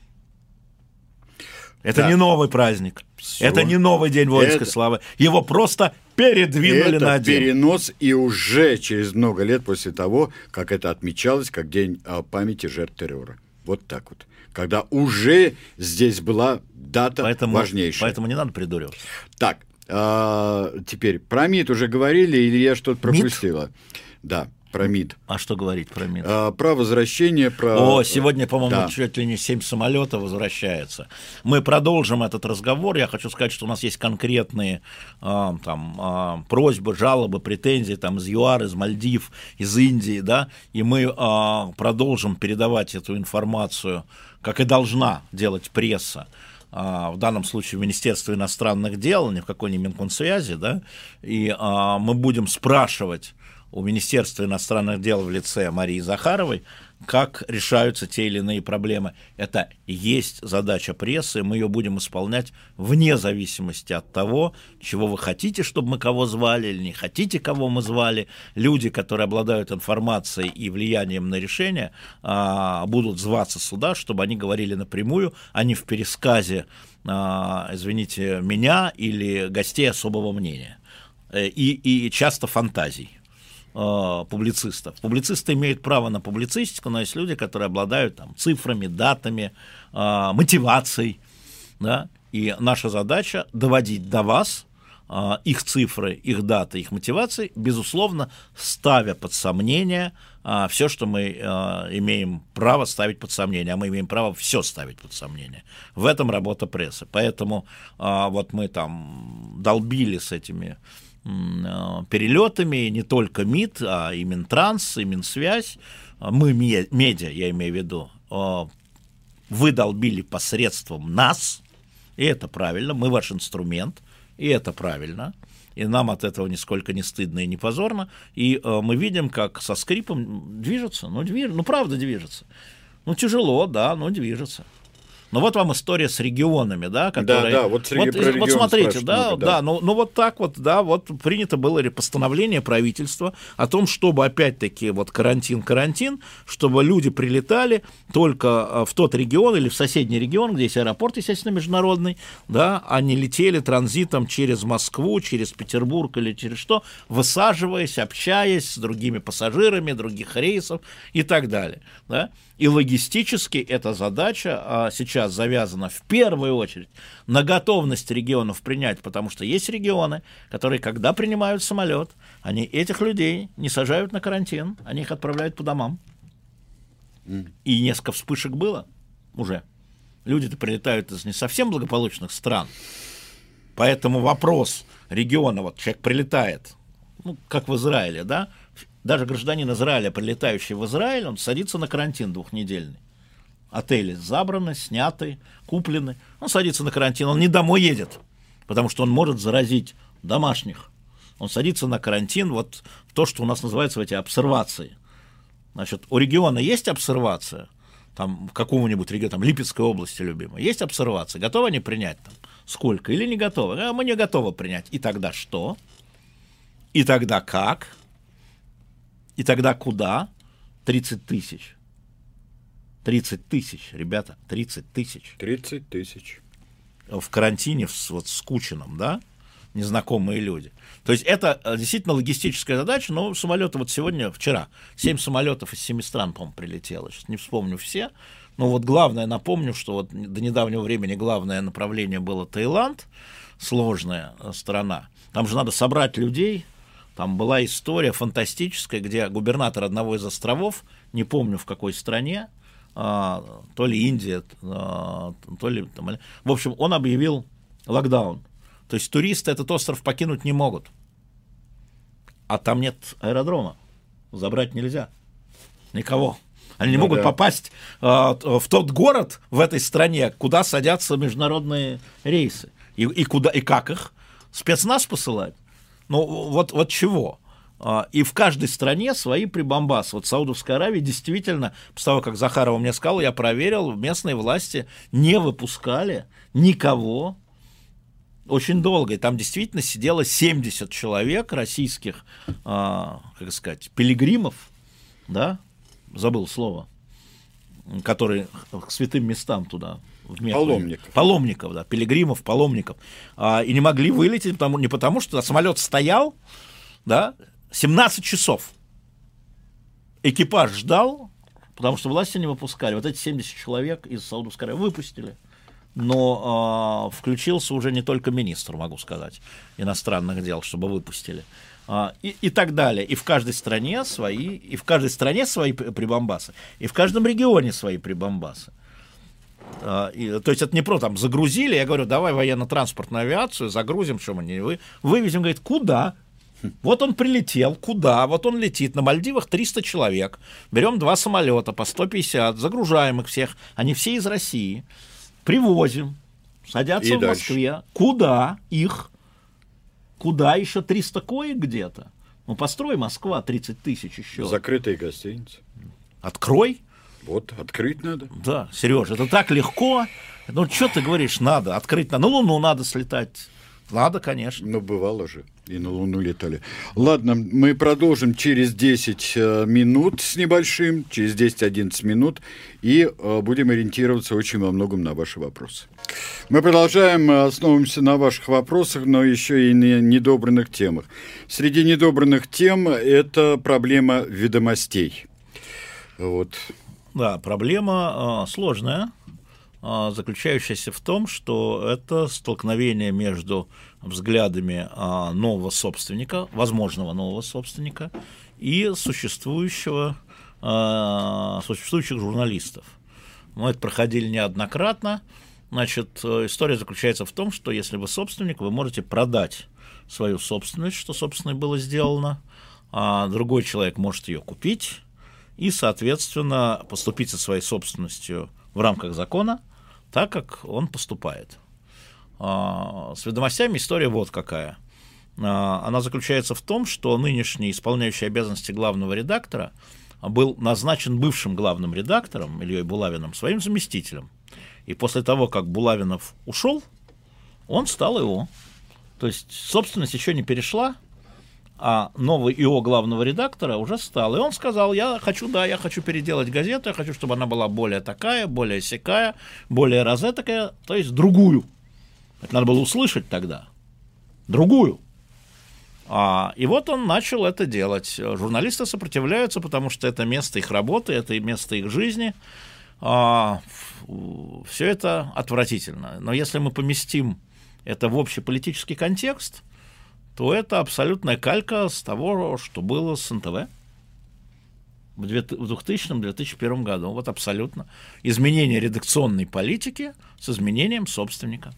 Это Да. не новый праздник. Всё. Это не новый день воинской Это- славы. Его просто передвинули это на один. перенос, и уже через много лет после того, как это отмечалось, как День а, памяти жертв террора. Вот так вот. Когда уже здесь была дата Поэтому, важнейшая. поэтому не надо придуриваться. Так, а, теперь про МИД уже говорили, или я что-то МИД? пропустила? Да, про МИД. А что говорить про МИД? А, про возвращение, про... О, сегодня, по-моему, Да. чуть ли не семь самолетов возвращается. Мы продолжим этот разговор. Я хочу сказать, что у нас есть конкретные а, там, а, просьбы, жалобы, претензии там, из ЮАР, из Мальдив, из Индии, да, и мы а, продолжим передавать эту информацию, как и должна делать пресса, а, в данном случае в Министерство иностранных дел, ни в какой не Минкомсвязи, да, и а, мы будем спрашивать у Министерства иностранных дел в лице Марии Захаровой, как решаются те или иные проблемы. Это и есть задача прессы, мы ее будем исполнять вне зависимости от того, чего вы хотите, чтобы мы кого звали, или не хотите, кого мы звали. Люди, которые обладают информацией и влиянием на решение, а, будут зваться сюда, чтобы они говорили напрямую, а не в пересказе, а, извините, меня или гостей особого мнения. Э, И, и часто фантазий публицистов. Публицисты имеют право на публицистику, но есть люди, которые обладают там, цифрами, датами, мотивацией, да, И наша задача доводить до вас а, их цифры, их даты, их мотивации, безусловно, ставя под сомнение а, все, что мы а, имеем право ставить под сомнение, а мы имеем право все ставить под сомнение. В этом работа прессы. Поэтому а, вот мы там долбили с этими м, перелетами, не только МИД, а и Минтранс, и Минсвязь. Мы, медиа, я имею в виду, а, вы долбили посредством нас, и это правильно, мы ваш инструмент, и это правильно, и нам от этого нисколько не стыдно и не позорно, и э, мы видим, как со скрипом движется, ну, движ... ну, правда движется, ну, тяжело, да, но движется. Ну, вот вам история с регионами, да, которые... Да, да, вот, Сергей, вот, про регион вот смотрите, да, много, да, да. ну, ну, вот так вот, да, вот принято было постановление правительства о том, чтобы, опять-таки, вот карантин-карантин, чтобы люди прилетали только в тот регион или в соседний регион, где есть аэропорт, естественно, международный, да, а не летели транзитом через Москву, через Петербург или через что, высаживаясь, общаясь с другими пассажирами, других рейсов и так далее, да. И логистически эта задача а, сейчас завязана в первую очередь на готовность регионов принять, потому что есть регионы, которые, когда принимают самолет, они этих людей не сажают на карантин, они их отправляют по домам. Mm. И несколько вспышек было уже. Люди-то прилетают из не совсем благополучных стран. Поэтому вопрос региона, вот человек прилетает, ну, как в Израиле, да, даже гражданин Израиля, прилетающий в Израиль, он садится на карантин двухнедельный. Отели забраны, сняты, куплены. Он садится на карантин, он не домой едет, потому что он может заразить домашних. Он садится на карантин, вот в то, что у нас называется в эти обсервации. Значит, у региона есть обсервация, там, какого-нибудь региона, там, Липецкой области, любимой, есть обсервация, готовы они принять там? Сколько или не готовы? А мы не готовы принять. И тогда что? И тогда как? И тогда куда? тридцать тысяч. тридцать тысяч, ребята, тридцать тысяч. тридцать тысяч. В карантине, вот с Кучиным, да? Незнакомые люди. То есть это действительно логистическая задача, но самолеты вот сегодня, вчера, семь самолетов из семи стран, по-моему, прилетело. Сейчас не вспомню все. Но вот главное, напомню, что вот до недавнего времени главное направление было Таиланд, сложная страна. Там же надо собрать людей. Там была история фантастическая, где губернатор одного из островов, не помню в какой стране, а, то ли Индия, а, то ли... Там, в общем, он объявил локдаун. То есть туристы этот остров покинуть не могут. А там нет аэродрома. Забрать нельзя. Никого. Они не ну, могут да. попасть а, в тот город в этой стране, куда садятся международные рейсы. И, и, куда, и как их? Спецназ посылать? Ну, вот, вот чего? И в каждой стране свои прибамбасы. Вот в Саудовской Аравии действительно, после того, как Захарова мне сказал, я проверил, местные власти не выпускали никого очень долго. И там действительно сидело семьдесят человек российских, как сказать, пилигримов, да, забыл слово, которые к святым местам туда... Паломников. Паломников, да, пилигримов, паломников. А, и не могли вылететь, потому, не потому что самолет стоял, да, семнадцать часов. Экипаж ждал, потому что власти не выпускали. Вот эти семьдесят человек из Саудовской Аравии выпустили. Но а, включился уже не только министр, могу сказать, иностранных дел, чтобы выпустили. А, и, и так далее. И в каждой стране свои, и в каждой стране свои прибамбасы, и в каждом регионе свои прибамбасы. И, то есть это не про там загрузили, я говорю, давай военно-транспортную авиацию загрузим, что мы не вы, вывезем, говорит, куда? Вот он прилетел, куда? Вот он летит, на Мальдивах триста человек, берем два самолета по сто пятьдесят, загружаем их всех, они все из России, привозим, садятся и в дальше. Москве, куда их? Куда еще триста коек где-то? Ну построй, Москва, тридцать тысяч еще. Закрытые гостиницы. Открой. Вот, открыть надо. Да, Сережа, это так легко. Ну, что ты говоришь, надо открыть, на Луну надо слетать. Надо, конечно. Ну, бывало же, и на Луну летали. Ладно, мы продолжим через десять минут с небольшим, через десять-одиннадцать минут, и будем ориентироваться очень во многом на ваши вопросы. Мы продолжаем, основываемся на ваших вопросах, но еще и на недобранных темах. Среди недобранных тем это проблема ведомостей. Вот. Да, проблема э, сложная. заключающаяся в том, что это столкновение между взглядами нового собственника, возможного нового собственника, и существующего, существующих журналистов. Мы это проходили неоднократно. Значит, история заключается в том, что если вы собственник, вы можете продать свою собственность, что, собственно, и было сделано, а другой человек может ее купить и, соответственно, поступить со своей собственностью в рамках закона так, как он поступает. С «Ведомостями» история вот какая. Она заключается в том, что нынешний исполняющий обязанности главного редактора был назначен бывшим главным редактором Ильей Булавиным своим заместителем. И после того, как Булавинов ушел, он стал ИО. То есть собственность еще не перешла, а новый ИО главного редактора уже стал. И он сказал: я хочу, да, я хочу переделать газету, я хочу, чтобы она была более такая, более сякая, более розетокая, то есть другую. Это надо было услышать тогда. Другую. А, и вот он начал это делать. Журналисты сопротивляются, потому что это место их работы, это место их жизни. А, все это отвратительно. Но если мы поместим это в общеполитический контекст, то это абсолютная калька с того, что было с эн тэ вэ в двухтысячном — две тысячи первом году. Вот абсолютно. Изменение редакционной политики с изменением собственника.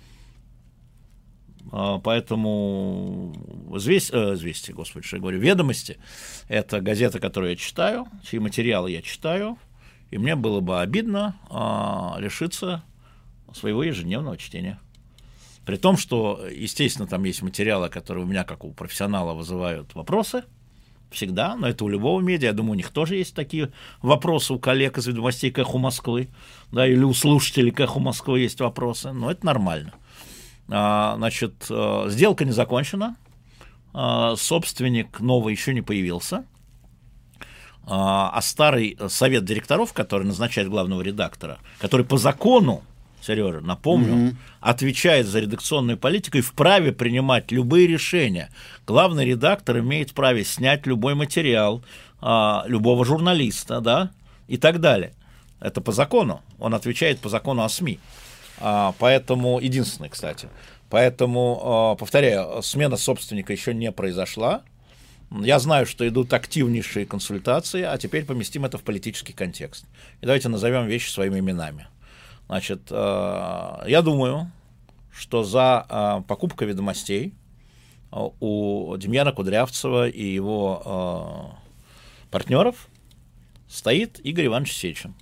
Поэтому известия, известия, господи, что я говорю, «Ведомости» — это газета, которую я читаю, чьи материалы я читаю, и мне было бы обидно а, лишиться своего ежедневного чтения. При том, что, естественно, там есть материалы, которые у меня, как у профессионала, вызывают вопросы всегда, но это у любого медиа. Я думаю, у них тоже есть такие вопросы у коллег из «Ведомостей» к «Эху Москвы», да, или у слушателей к «Эху Москвы» есть вопросы, но это нормально. А, значит, сделка не закончена, а, собственник новый еще не появился, а, а старый совет директоров, который назначает главного редактора, который по закону, Сережа, напомню, mm-hmm. отвечает за редакционную политику и вправе принимать любые решения. Главный редактор имеет право снять любой материал а, любого журналиста, да, и так далее. Это по закону. Он отвечает по закону о СМИ. А, поэтому, единственный, кстати. Поэтому, а, повторяю, смена собственника еще не произошла. Я знаю, что идут активнейшие консультации, а теперь поместим это в политический контекст. И давайте назовем вещи своими именами. Значит, а, я думаю, что за а, покупкой «Ведомостей» у Демьяна Кудрявцева и его а, партнеров стоит Игорь Иванович Сечин.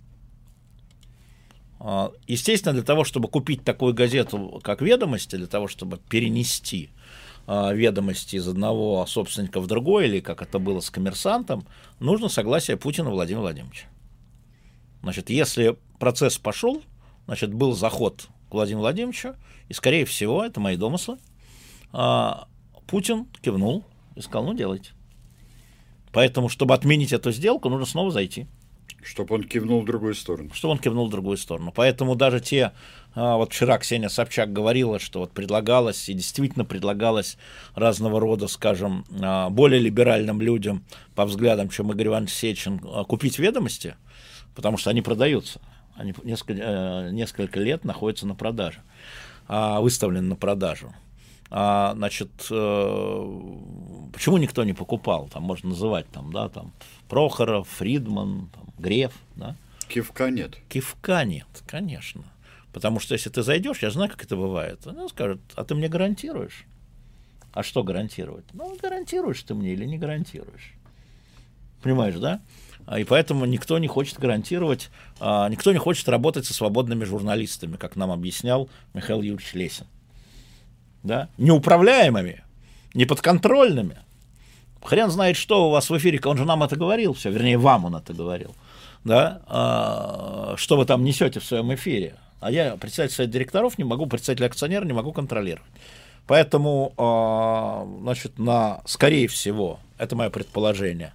Естественно, для того, чтобы купить такую газету, как «Ведомости», для того, чтобы перенести а, «Ведомости» из одного собственника в другой, или как это было с «Коммерсантом», нужно согласие Путина Владимира Владимировича. Значит, если процесс пошел, значит, был заход к Владимиру Владимировичу, и, скорее всего, это мои домыслы, а, Путин кивнул и сказал: ну, делайте. Поэтому, чтобы отменить эту сделку, нужно снова зайти. Чтобы он кивнул в другую сторону. Чтобы он кивнул в другую сторону. Поэтому даже те, вот вчера Ксения Собчак говорила, что вот предлагалось, и действительно предлагалось разного рода, скажем, более либеральным людям, по взглядам, чем Игорь Иванович Сечин, купить «Ведомости», потому что они продаются. Они несколько, несколько лет находятся на продаже, выставлены на продажу. А, значит, э, почему никто не покупал? Там можно называть там, да, там, Прохоров, Фридман, там, Греф. Да? Кивка нет. Кивка нет, конечно. Потому что если ты зайдешь, я знаю, как это бывает, она скажет: а ты мне гарантируешь? А что гарантировать? Ну, гарантируешь ты мне или не гарантируешь? Понимаешь, да? И поэтому никто не хочет гарантировать, а, никто не хочет работать со свободными журналистами, как нам объяснял Михаил Юрьевич Лесин. Да? Неуправляемыми, неподконтрольными. Хрен знает, что у вас в эфире, он же нам это говорил, все, вернее, вам он это говорил. Да? А, что вы там несете в своем эфире? А я, председатель совета директоров, не могу, председатель акционера не могу контролировать. Поэтому, а, значит, на, скорее всего, это мое предположение,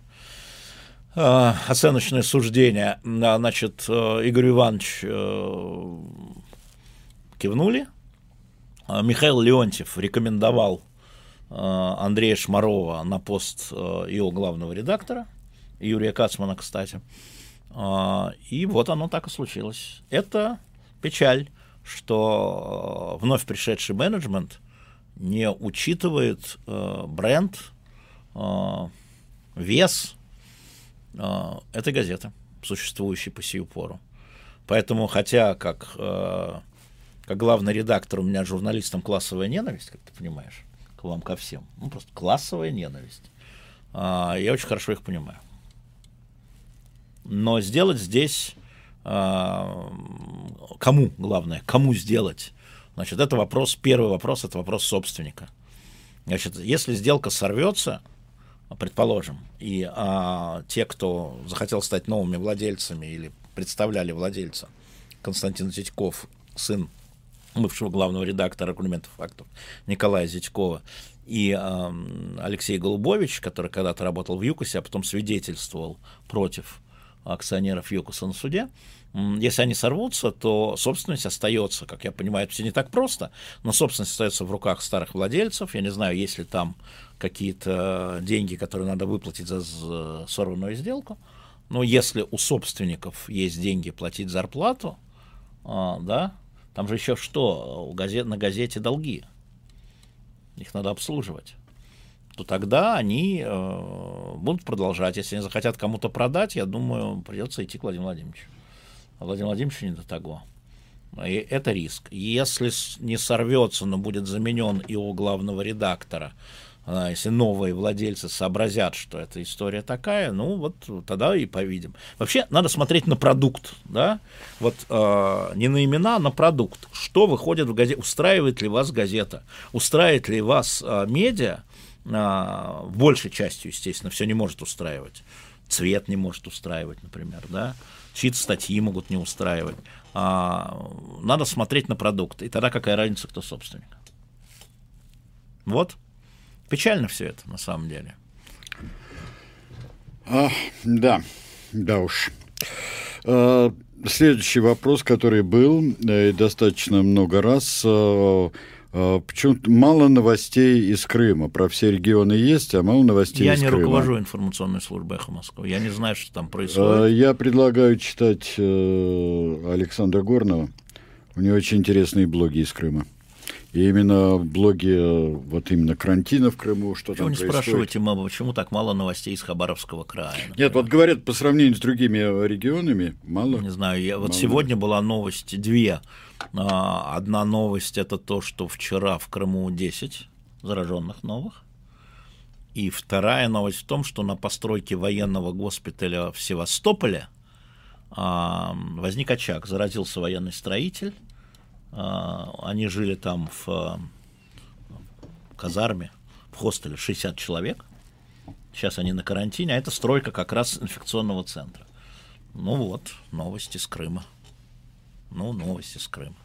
а, оценочное суждение, значит, Игорь Иванович а, кивнули. Михаил Леонтьев рекомендовал э, Андрея Шмарова на пост э, его главного редактора, Юрия Кацмана, кстати. Э, и вот оно так и случилось. Это печаль, что вновь пришедший менеджмент не учитывает э, бренд, э, вес э, этой газеты, существующей по сию пору. Поэтому, хотя как, э, как главный редактор у меня журналистам классовая ненависть, как ты понимаешь, к вам ко всем, ну просто классовая ненависть, э, я очень хорошо их понимаю. Но сделать здесь, э, кому, главное, кому сделать, значит, это вопрос, первый вопрос, это вопрос собственника. Значит, если сделка сорвется, предположим, и а, те, кто захотел стать новыми владельцами или представляли владельца, Константин Зятьков, сын бывшего главного редактора «Аргументов и фактов» Николая Зятькова, и а, Алексей Голубович, который когда-то работал в ЮКОСе, а потом свидетельствовал против акционеров ЮКОСа на суде, если они сорвутся, то собственность остается, как я понимаю, это все не так просто, но собственность остается в руках старых владельцев. Я не знаю, есть ли там какие-то деньги, которые надо выплатить за сорванную сделку, но если у собственников есть деньги платить зарплату, а, да, там же еще что, у газет, на газете долги, их надо обслуживать, то тогда они э, будут продолжать. Если они захотят кому-то продать, я думаю, придется идти к Владимиру Владимировичу. А Владимир Владимирович не до того. И это риск. Если не сорвется, но будет заменен и у главного редактора, а, если новые владельцы сообразят, что эта история такая, ну вот тогда и повидим. Вообще надо смотреть на продукт, да? Вот э, не на имена, а на продукт. Что выходит в газете? Устраивает ли вас газета? Устраивает ли вас э, медиа? Э, большей частью, естественно, все не может устраивать. Цвет не может устраивать, например, да? Чьи-то статьи могут не устраивать. А, надо смотреть на продукт. И тогда какая разница, кто собственник? Вот. Печально все это, на самом деле. А, да, да уж. А, следующий вопрос, который был и достаточно много раз. А, почему-то мало новостей из Крыма. Про все регионы есть, а мало новостей я из Крыма. Я не руковожу информационной службой «Эхо Москвы». Я не знаю, что там происходит. Я предлагаю читать Александра Горного. У него очень интересные блоги из Крыма. И именно блоги вот именно карантина в Крыму, что почему там не происходит. Спрашивайте, мама, почему так мало новостей из Хабаровского края? Например? Нет, вот говорят, по сравнению с другими регионами, мало. Не знаю, я, вот мало. сегодня была новость, две. Одна новость — это то, что вчера в Крыму десять зараженных новых. И вторая новость в том, что на постройке военного госпиталя в Севастополе возник очаг. Заразился военный строитель. Они жили там в казарме, в хостеле шестьдесят человек. Сейчас они на карантине, а это стройка как раз инфекционного центра. Ну вот, новости с Крыма. Ну, новости с Крыма.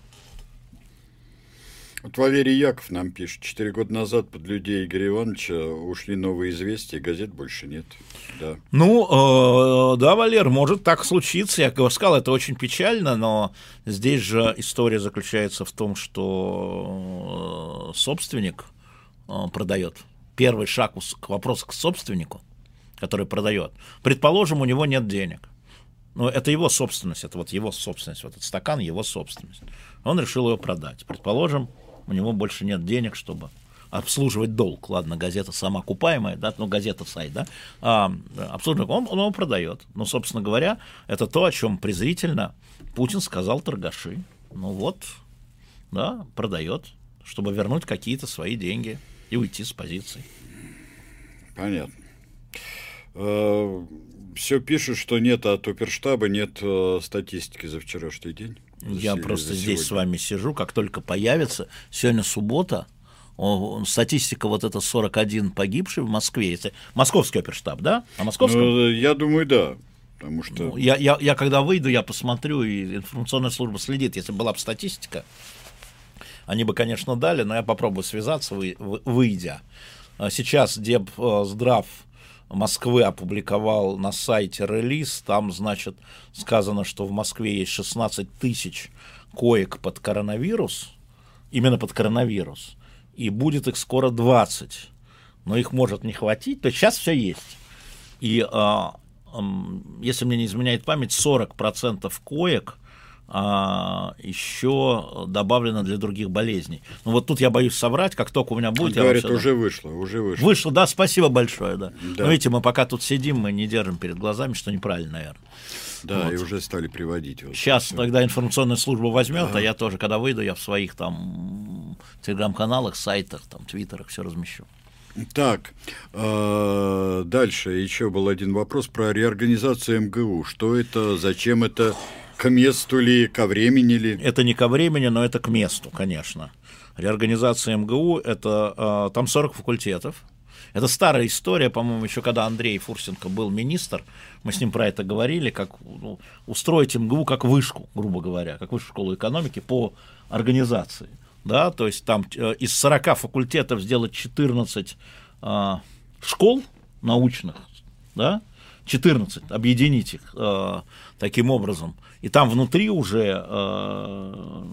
Вот Валерий Яков нам пишет. Четыре года назад под людей Игоря Ивановича ушли новые известия, газет больше нет. Да. Ну, э, да, Валер, может так случиться. Я сказал, это очень печально, но здесь же история заключается в том, что собственник э, продает. Первый шаг к вопросу к собственнику, который продает. Предположим, у него нет денег. Но это его собственность, это вот его собственность, вот этот стакан его собственность. Он решил его продать. Предположим, у него больше нет денег, чтобы обслуживать долг. Ладно, газета самоокупаемая, да, ну, газета сайт, да, а, обслуживать, он, он его продает. Но, собственно говоря, это то, о чем презрительно Путин сказал торгаши. Ну вот, да, продает, чтобы вернуть какие-то свои деньги и уйти с позиции. Понятно. Все пишут, что нет от оперштаба, нет э, статистики за вчерашний день. Я за, просто за здесь с вами сижу, как только появится. Сегодня суббота, о, статистика вот эта сорок один погибший в Москве. Это московский оперштаб, да? А московском? Ну, я думаю, да. Потому что... Ну, я, я, я когда выйду, я посмотрю, и информационная служба следит. Если была бы статистика, они бы, конечно, дали, но я попробую связаться, вы, вы, выйдя. Сейчас Депздрав Москвы опубликовал на сайте релиз, там, значит, сказано, что в Москве есть шестнадцать тысяч коек под коронавирус, именно под коронавирус, и будет их скоро двадцать, но их может не хватить, то есть сейчас все есть. И, а, а, если мне не изменяет память, сорок процентов коек а, еще добавлено для других болезней. Ну вот тут я боюсь соврать, как только у меня будет... Говорят, уже вышло, уже вышло. Вышло, да, спасибо большое, да. да. Но видите, мы пока тут сидим, мы не держим перед глазами, что неправильно, наверное. Да, вот. И уже стали приводить. Вот Сейчас все. Тогда информационная служба возьмет, да. а я тоже, когда выйду, я в своих там телеграм-каналах, сайтах, там, твиттерах все размещу. Так, э, дальше еще был один вопрос про реорганизацию эм гэ у. Что это, зачем это, к месту ли, ко времени ли? Это не ко времени, но это к месту, конечно. Реорганизация эм гэ у, это э, там сорок факультетов. Это старая история, по-моему, еще когда Андрей Фурсенко был министр, мы с ним про это говорили, как ну, устроить эм гэ у как вышку, грубо говоря, как высшую школу экономики по организации. Да, то есть там э, из сорока факультетов сделать четырнадцать э, школ научных, да, четырнадцать, объединить их э, таким образом, и там внутри уже э,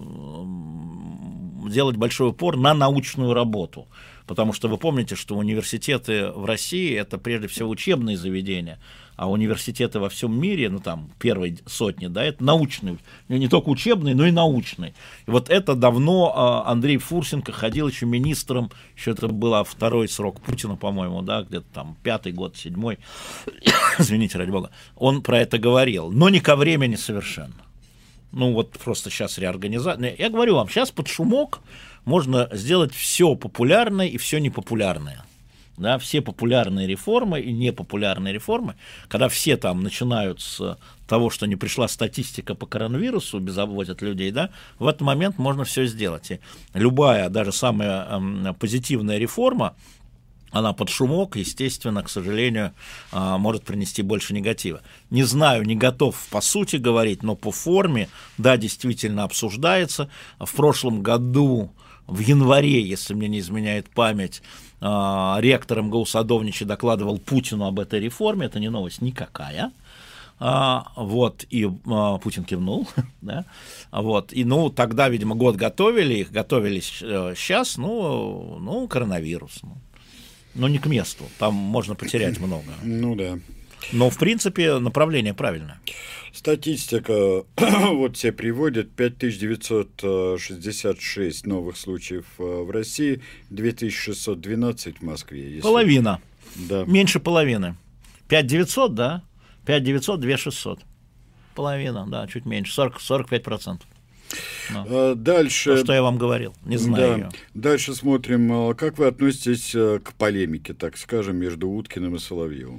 делать большой упор на научную работу. Потому что вы помните, что университеты в России – это прежде всего учебные заведения, а университеты во всем мире, ну там первой сотни, да, это научные, не только учебные, но и научные. И вот это давно Андрей Фурсенко ходил еще министром, еще это был второй срок Путина, по-моему, да, где-то там пятый год, седьмой, извините, ради бога, он про это говорил, но не ко времени совершенно. Ну вот просто сейчас реорганизация. Я говорю вам, сейчас под шумок можно сделать все популярное и все непопулярное. Да, все популярные реформы и непопулярные реформы, когда все там начинают с того, что не пришла статистика по коронавирусу, безобводят людей, да, в этот момент можно все сделать. И любая, даже самая эм, позитивная реформа, она под шумок, естественно, к сожалению, может принести больше негатива. Не знаю, не готов по сути говорить, но по форме, да, действительно обсуждается. В прошлом году, в январе, если мне не изменяет память, ректор эм гэ у Садовничий докладывал Путину об этой реформе, это не новость никакая. А, вот, и а, Путин кивнул, да, вот, и, ну, тогда, видимо, год готовили их, готовились а, сейчас, ну, ну, коронавирус, ну. Но не к месту, там можно потерять много. Ну да. Но, в принципе, направление правильное. Статистика, вот все приводят, пять тысяч девятьсот шестьдесят шесть новых случаев в России, две тысячи шестьсот двенадцать в Москве. Если... Половина. Да. Меньше половины. пять тысяч девятьсот, да? пять тысяч девятьсот, две тысячи шестьсот. Половина, да, чуть меньше, сорок, сорок пять процентов. А, дальше, то, что я вам говорил, не знаю да, ее. Дальше смотрим, как вы относитесь к полемике, так скажем, между Уткиным и Соловьевым?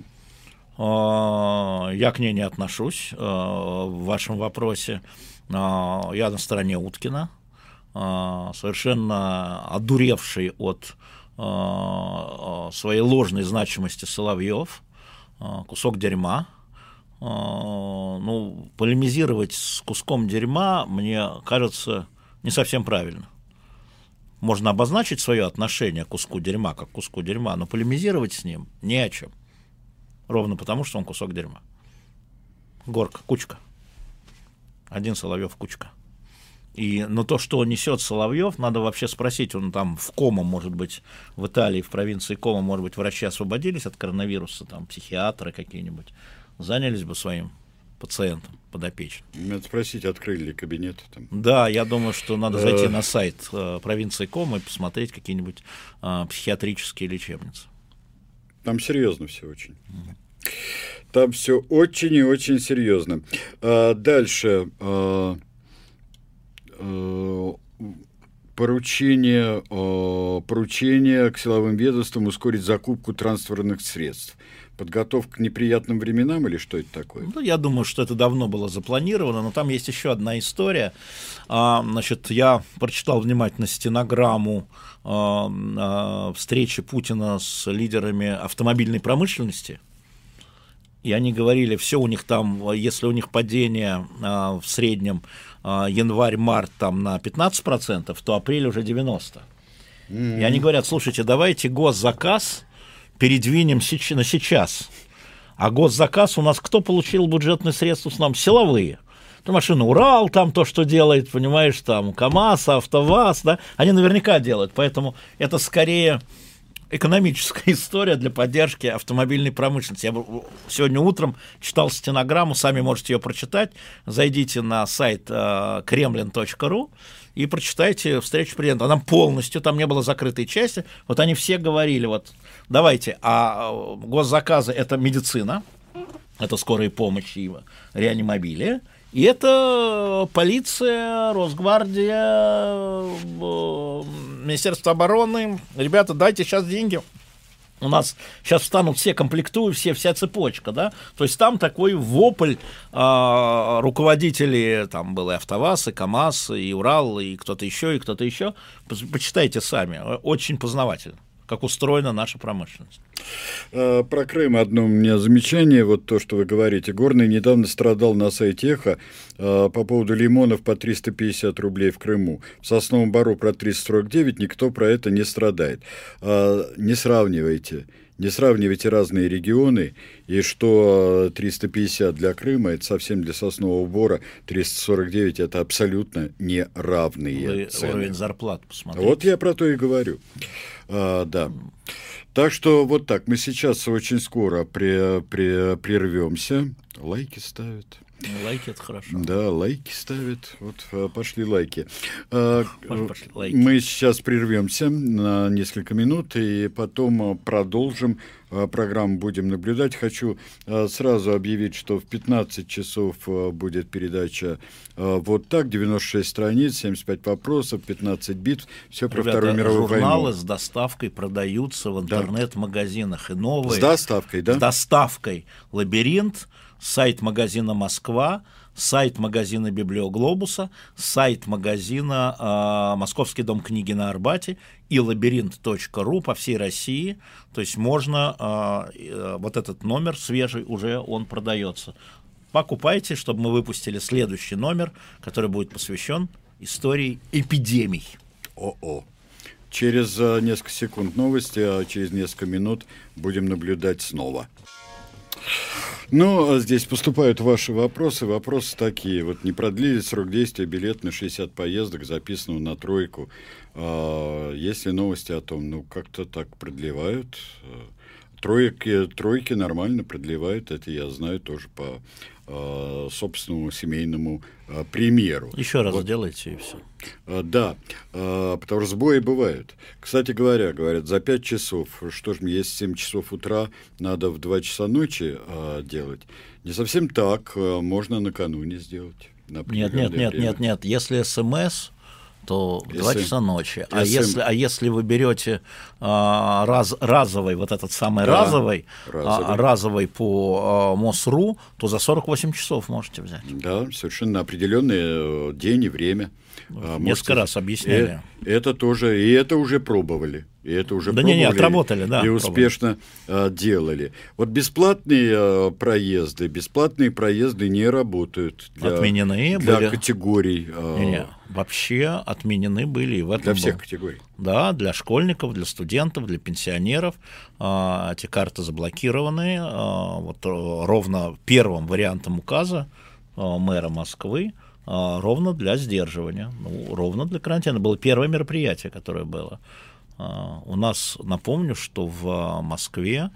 Я к ней не отношусь в вашем вопросе. Я на стороне Уткина, совершенно одуревший от своей ложной значимости Соловьев, кусок дерьма. Ну, полемизировать с куском дерьма, мне кажется, не совсем правильно. Можно обозначить свое отношение к куску дерьма, как к куску дерьма, но полемизировать с ним ни о чем. Ровно потому, что он кусок дерьма. Горка, кучка. Один Соловьев кучка. И, но то, что несет Соловьев, надо вообще спросить. Он там в Комо, может быть, в Италии, в провинции Комо, может быть, врачи освободились от коронавируса, там психиатры какие-нибудь, занялись бы своим пациентом подопечным. Надо спросить, открыли ли кабинеты там. Да, я думаю, что надо зайти на сайт э, провинции Комо и посмотреть какие-нибудь э, психиатрические лечебницы. Там серьезно все очень. Mm. Там все очень и очень серьезно. А, дальше. А, а, поручение, а, поручение к силовым ведомствам ускорить закупку транспортных средств. Подготовка к неприятным временам или что это такое? Ну, я думаю, что это давно было запланировано, но там есть еще одна история. А, значит, я прочитал внимательно стенограмму а, а, встречи Путина с лидерами автомобильной промышленности, и они говорили, все у них там, если у них падение а, в среднем а, январь-март там на пятнадцать процентов, то апрель уже девяносто процентов. Mm-hmm. И они говорят, слушайте, давайте госзаказ передвинем на сейчас. А госзаказ у нас кто получил бюджетные средства с нам? Силовые. Ну, машина Урал, там то, что делает, понимаешь, там КАМАЗ, АвтоВАЗ, да, они наверняка делают. Поэтому это скорее экономическая история для поддержки автомобильной промышленности. Я сегодня утром читал стенограмму, сами можете ее прочитать. Зайдите на сайт кремлин точка ру и прочитайте встречу президента. Она полностью, там не было закрытой части. Вот они все говорили, вот давайте, а госзаказы — это медицина, это скорая помощь и реанимобили. И это полиция, Росгвардия, Министерство обороны. Ребята, дайте сейчас деньги. У нас сейчас встанут все комплектуют, все, вся цепочка, да. То есть там такой вопль э, руководителей, там был и АвтоВАЗ, и КАМАЗ, и Урал, и кто-то еще, и кто-то еще. Почитайте сами, очень познавательно, как устроена наша промышленность. Про Крым одно у меня замечание, вот то, что вы говорите. Горный недавно страдал на сайте Эхо по поводу лимонов по триста пятьдесят рублей в Крыму. В Сосновом Бору про триста сорок девять, никто про это не страдает. Не сравнивайте. Не сравнивайте разные регионы, и что триста пятьдесят для Крыма, это совсем для Соснового Бора, триста сорок девять это абсолютно неравные Вы цены. Уровень зарплат посмотрите. Вот я про то и говорю. А, да. Так что вот так, мы сейчас очень скоро при, при, прервемся. Лайки ставят. Лайки — это хорошо. Да, лайки ставят. Вот пошли лайки. А, пошли лайки. Мы сейчас прервемся на несколько минут и потом продолжим программу, будем наблюдать. Хочу сразу объявить, что в пятнадцать часов будет передача «Вот так», девяносто шесть страниц, семьдесят пять вопросов, пятнадцать битв, все про Ребята, Вторую мировую войну. журналы с доставкой продаются в интернет-магазинах. И новые. С доставкой, да? С доставкой. «Лабиринт», сайт магазина «Москва», сайт магазина «Библиоглобуса», сайт магазина э, «Московский дом книги» на Арбате и лабиринт точка ру по всей России. То есть можно, э, э, вот этот номер свежий уже он продается. Покупайте, чтобы мы выпустили следующий номер, который будет посвящен истории эпидемий. О-о. Через uh, несколько секунд новости, а через несколько минут будем наблюдать снова. Ну, здесь поступают ваши вопросы. Вопросы такие. Вот не продлили срок действия билет на шестьдесят поездок, записанного на тройку. А, есть ли новости о том? Ну, как-то так продлевают. Тройки, тройки нормально продлевают. Это я знаю тоже по а, собственному семейному а, примеру. Еще раз вот. Сделайте, и все. А, да, а, потому что сбои бывают. Кстати говоря, говорят, за пять часов, что ж мне, если в семь часов утра надо в два часа ночи а, делать, не совсем так, а, можно накануне сделать. Нет, нет, нет, время. нет, нет, если СМС, то в два часа ночи. А эс эм... если, а если вы берете а, раз, разовый, вот этот самый да, разовый, разовый. А, разовый по а, МОСРУ, то за сорок восемь часов можете взять. Да, совершенно определенный день и время. Несколько можете... раз объясняли. И, это тоже, и это уже пробовали. И это уже да пробовали, не, не, отработали, да, и успешно а, делали. Вот бесплатные а, проезды, бесплатные проезды не работают для, отменены для были... категорий. А... Не, не, вообще отменены были. И в этом для всех был... категорий? Да, для школьников, для студентов, для пенсионеров. А, эти карты заблокированы. А, вот ровно первым вариантом указа а, мэра Москвы ровно для сдерживания, ну, ровно для карантина. Было первое мероприятие, которое было. У нас, напомню, что в Москве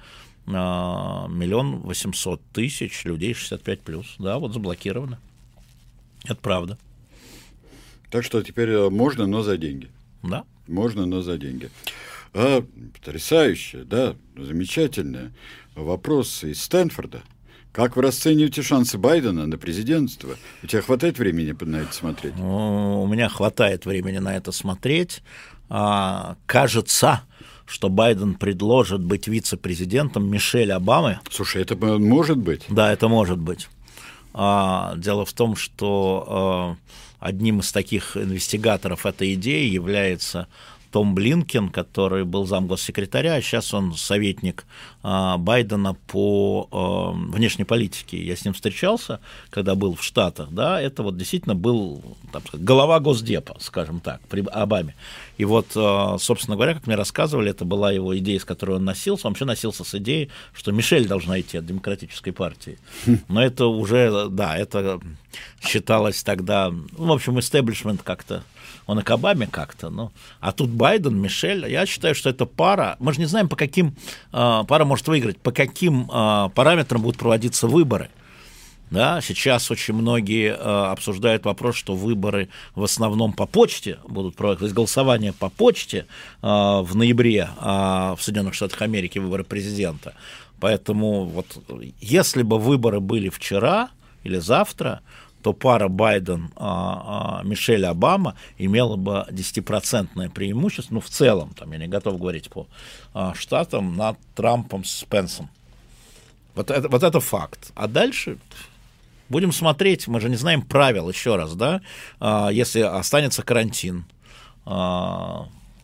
миллион восемьсот тысяч людей шестьдесят пять плюс. Да, вот заблокировано. Это правда. Так что теперь можно, но за деньги. Да. Можно, но за деньги. А, потрясающе, да, замечательно. Вопрос из Стэнфорда. Как вы расцениваете шансы Байдена на президентство? У тебя хватает времени на это смотреть? Ну, у меня хватает времени на это смотреть. А, кажется, что Байден предложит быть вице-президентом Мишель Обамы. Слушай, это может быть? Да, это может быть. А, дело в том, что а, одним из таких инвестигаторов этой идеи является Том Блинкен, который был замгоссекретаря, а сейчас он советник а, Байдена по а, внешней политике. Я с ним встречался, когда был в Штатах, да, это вот действительно был, там, глава Госдепа, скажем так, при Обаме. И вот, а, собственно говоря, как мне рассказывали, это была его идея, с которой он носился, он вообще носился с идеей, что Мишель должна идти от Демократической партии. Но это уже, да, это... считалось тогда, ну, в общем, истеблишмент как-то, он и к Обаме как-то, ну, а тут Байден, Мишель, я считаю, что это пара, мы же не знаем, по каким, э, пара может выиграть, по каким э, параметрам будут проводиться выборы. Да, сейчас очень многие э, обсуждают вопрос, что выборы в основном по почте будут проводиться, то есть голосование по почте э, в ноябре э, в Соединенных Штатах Америки, выборы президента. Поэтому вот если бы выборы были вчера или завтра, то пара Байден, а, а, Мишель Обама имела бы десятипроцентное преимущество, ну, в целом, там, я не готов говорить по а, штатам, над Трампом с Пенсом. Вот это, вот это факт. А дальше будем смотреть, мы же не знаем правил, еще раз, да, а, если останется карантин, а,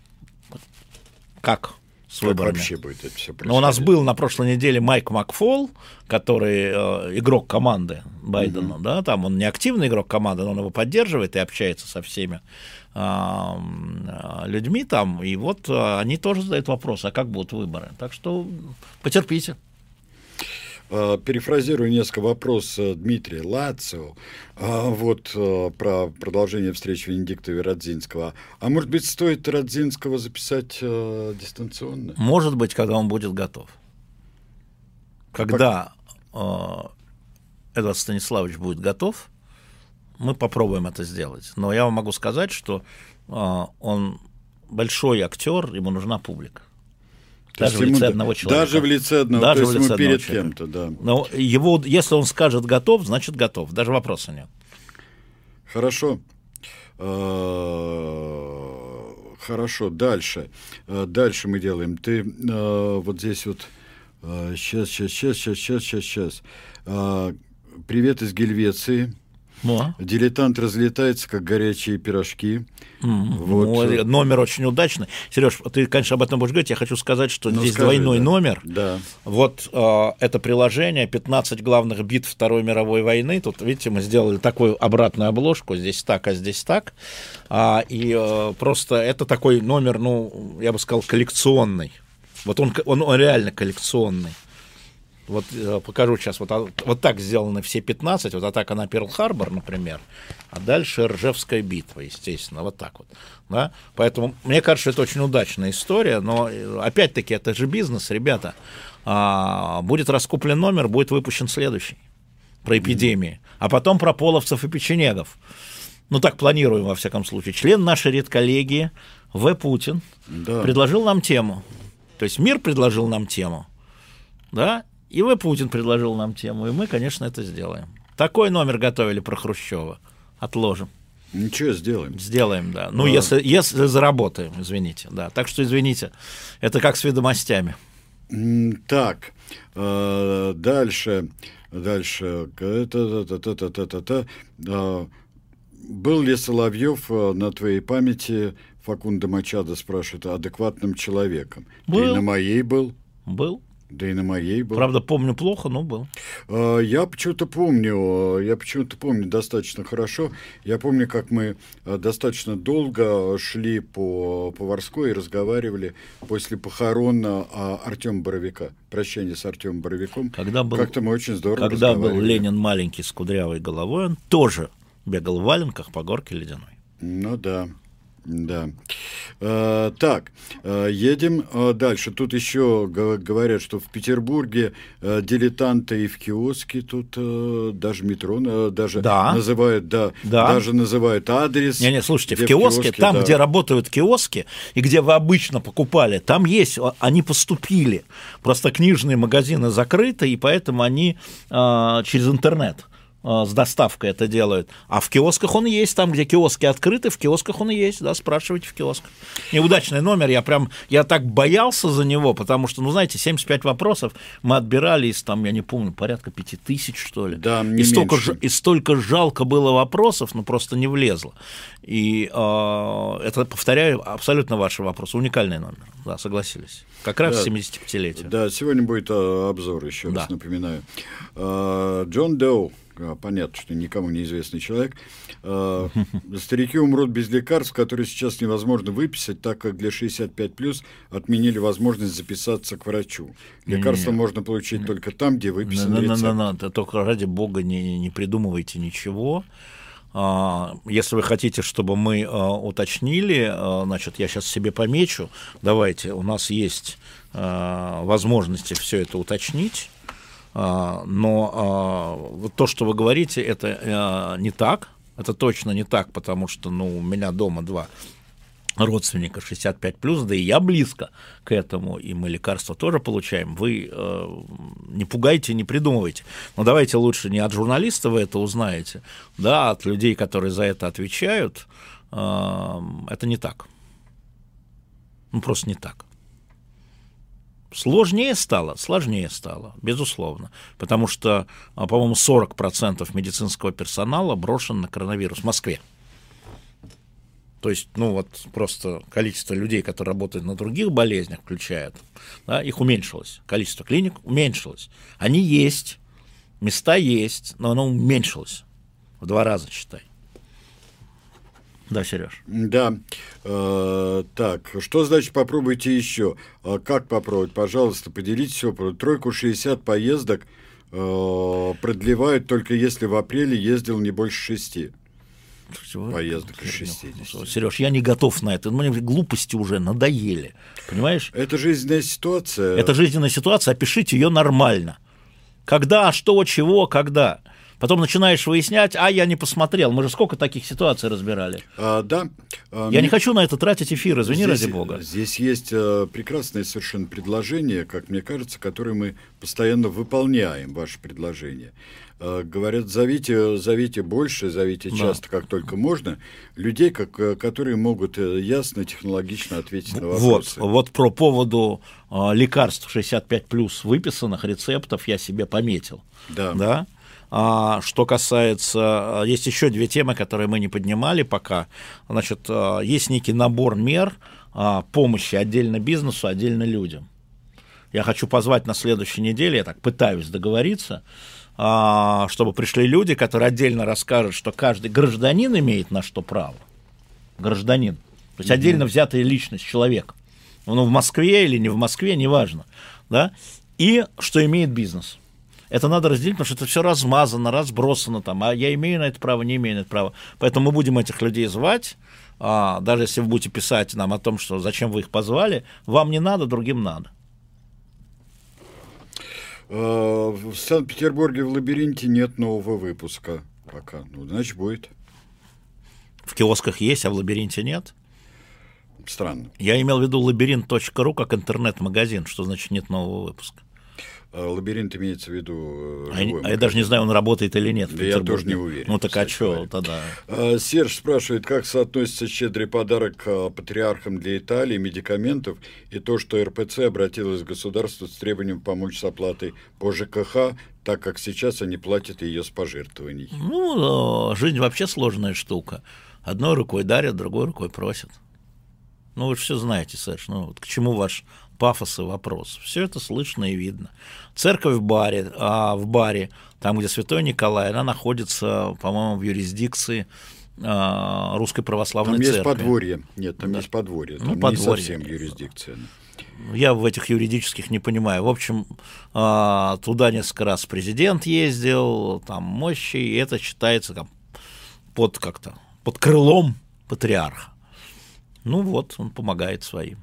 как с как выборами. Вообще будет это все происходить? Но у нас был на прошлой неделе Майк Макфол, который э, игрок команды Байдена, uh-huh. да, там он не активный игрок команды, но он его поддерживает и общается со всеми э, людьми там, и вот э, они тоже задают вопрос, а как будут выборы, так что потерпите. Перефразирую несколько вопросов Дмитрия Лацио, вот про продолжение встречи Венедиктова и Радзинского. А может быть, стоит Радзинского записать дистанционно? Может быть, когда он будет готов. Когда Пока... Эдуард Станиславович будет готов, мы попробуем это сделать. Но я вам могу сказать, что он большой актер, ему нужна публика. Даже в лице одного человека. Даже в лице одного, даже то есть в лице ему перед человека. кем-то, да. Но его, если он скажет готов, значит готов. Даже вопроса нет. Хорошо. Хорошо, дальше. Дальше мы делаем. Ты вот здесь вот... Сейчас, сейчас, сейчас, сейчас, сейчас, сейчас, сейчас. Привет из Гельвеции. Ну. Дилетант разлетается, как горячие пирожки. Mm-hmm. Вот. Ну, номер очень удачный. Сереж, ты, конечно, об этом будешь говорить. Я хочу сказать, что ну, здесь скажи, двойной да. номер. Да. Вот э, это приложение пятнадцать главных битв Второй мировой войны. Тут, видите, мы сделали такую обратную обложку. Здесь так, а здесь так. А, и э, просто это такой номер, ну, я бы сказал, коллекционный. Вот он, он, он реально коллекционный. Вот э, покажу сейчас, вот, вот так сделаны все пятнадцать, вот атака на Перл-Харбор, например, а дальше Ржевская битва, естественно, вот так вот, да, поэтому мне кажется, это очень удачная история, но опять-таки это же бизнес, ребята, а, будет раскуплен номер, будет выпущен следующий про эпидемии, а потом про половцев и печенегов, ну так планируем во всяком случае. Член нашей редколлегии В. Путин да. предложил нам тему, то есть мир предложил нам тему, да, и В. Путин предложил нам тему, и мы, конечно, это сделаем. Такой номер готовили про Хрущева. Отложим. Ничего, сделаем. Сделаем, да. Ну, а... если, если заработаем, извините. Да. Так что, извините, это как с ведомостями. Так, дальше. Дальше. Был ли Соловьев на твоей памяти, Факунда Мачадо спрашивает, адекватным человеком? Был. Ты на моей был? Был. Да и на моей был. Правда, помню плохо, но был. Я почему-то помню, я почему-то помню достаточно хорошо. Я помню, как мы достаточно долго шли по Поварской и разговаривали после похорон Артема Боровика. Прощание с Артемом Боровиком. Когда был, Как-то мы очень здорово Когда был Ленин маленький с кудрявой головой, он тоже бегал в валенках по горке ледяной. Ну да. Да. А, так, едем дальше. Тут еще говорят, что в Петербурге дилетанты и в киоске, тут даже метро даже да. называют, да, да. даже называют адрес. Не-не, слушайте, в киоске, в киоске там, да. где работают киоски, и где вы обычно покупали, там есть, они поступили. Просто книжные магазины закрыты, и поэтому они а, через интернет с доставкой это делают. А в киосках он есть, там, где киоски открыты, в киосках он и есть, да, спрашивайте в киосках. Неудачный номер, я прям, я так боялся за него, потому что, ну, знаете, семьдесят пять вопросов мы отбирали из, там, я не помню, порядка пяти тысяч, что ли. Да, не и, столько, и столько жалко было вопросов, ну, просто не влезло. И э, это, повторяю, абсолютно ваш вопрос, уникальный номер, да, согласились. Как раз да, семидесятипятилетие. Да, сегодня будет обзор, еще да. раз напоминаю. Джон Доу понятно, что никому неизвестный человек. Старики умрут без лекарств, которые сейчас невозможно выписать, так как для шестьдесят пять плюс отменили возможность записаться к врачу. Лекарства не, не, можно получить не, только там, где выписан не, рецепт. Не, не, не, только ради бога не, не придумывайте ничего. Если вы хотите, чтобы мы уточнили, значит, я сейчас себе помечу, давайте, у нас есть возможности все это уточнить. Но вот то, что вы говорите, это не так, это точно не так, потому что, ну, у меня дома два родственника шестьдесят пять плюс, да и я близко к этому, и мы лекарства тоже получаем. Вы э, не пугайте, не придумывайте. Но давайте лучше не от журналистов вы это узнаете, да, от людей, которые за это отвечают. Э, это не так. Ну, просто не так. Сложнее стало? Сложнее стало, безусловно. Потому что, по-моему, сорок процентов медицинского персонала брошен на коронавирус в Москве. То есть, ну вот просто количество людей, которые работают на других болезнях, включают, да, их уменьшилось. Количество клиник уменьшилось. Они есть, места есть, но оно уменьшилось. В два раза, считай. Да, Сереж. Да. Э, так, что значит попробуйте еще? А как попробовать? Пожалуйста, поделитесь опытом. Тройку шестьдесят поездок э, продлевают только если в апреле ездил не больше шести. Поездок из шестидесяти. Сереж, я не готов на это. Мне глупости уже надоели. Понимаешь? Это жизненная ситуация. Это жизненная ситуация, опишите ее нормально. Когда, что, чего, когда. Потом начинаешь выяснять, а я не посмотрел. Мы же сколько таких ситуаций разбирали. А, да. А, я мне... не хочу на это тратить эфир, извини, здесь, ради бога. Здесь есть а, прекрасное совершенно предложение, как мне кажется, которое мы постоянно выполняем, ваше предложение. А, говорят, зовите, зовите больше, зовите да. часто, как только можно, людей, как, которые могут ясно, технологично ответить на вопросы. Вот, вот про поводу а, лекарств шестьдесят пять плюс выписанных, рецептов я себе пометил. Да. Да? А, что касается... Есть еще две темы, которые мы не поднимали пока. Значит, есть некий набор мер а, помощи отдельно бизнесу, отдельно людям. Я хочу позвать на следующей неделе, я так пытаюсь договориться, а, чтобы пришли люди, которые отдельно расскажут, что каждый гражданин имеет на что право. Гражданин. То есть mm-hmm. отдельно взятая личность, человек. Ну, в Москве или не в Москве, неважно. Да? И что имеет бизнес. Это надо разделить, потому что это все размазано, разбросано там, а я имею на это право, не имею на это право. Поэтому мы будем этих людей звать, а, даже если вы будете писать нам о том, что зачем вы их позвали, вам не надо, другим надо. В Санкт-Петербурге в «Лабиринте» нет нового выпуска пока. Ну, значит, будет. В киосках есть, а в «Лабиринте» нет? Странно. Я имел в виду лабиринт точка ру как интернет-магазин, что значит нет нового выпуска. «Лабиринт» имеется в виду... А я, я даже не знаю, он работает или нет. Да я тоже не уверен. Ну так а что тогда? Серж спрашивает, как соотносится щедрый подарок патриархам для Италии, медикаментов, и то, что эр пэ цэ обратилось к государству с требованием помочь с оплатой по жэ ка ха, так как сейчас они платят ее с пожертвований. Ну, жизнь вообще сложная штука. Одной рукой дарят, другой рукой просят. Ну, вы же все знаете, Саш, ну, вот к чему ваш пафос и вопрос. Все это слышно и видно. Церковь в баре, а в баре, там, где Святой Николай, она находится, по-моему, в юрисдикции а, Русской Православной там Церкви. Там есть подворье. Нет, там да. есть подворье. Там ну, подворье. Не совсем юрисдикция. Я в этих юридических не понимаю. В общем, а, туда несколько раз президент ездил, там мощи, и это считается там, под, как-то, под крылом патриарха. Ну вот, он помогает своим.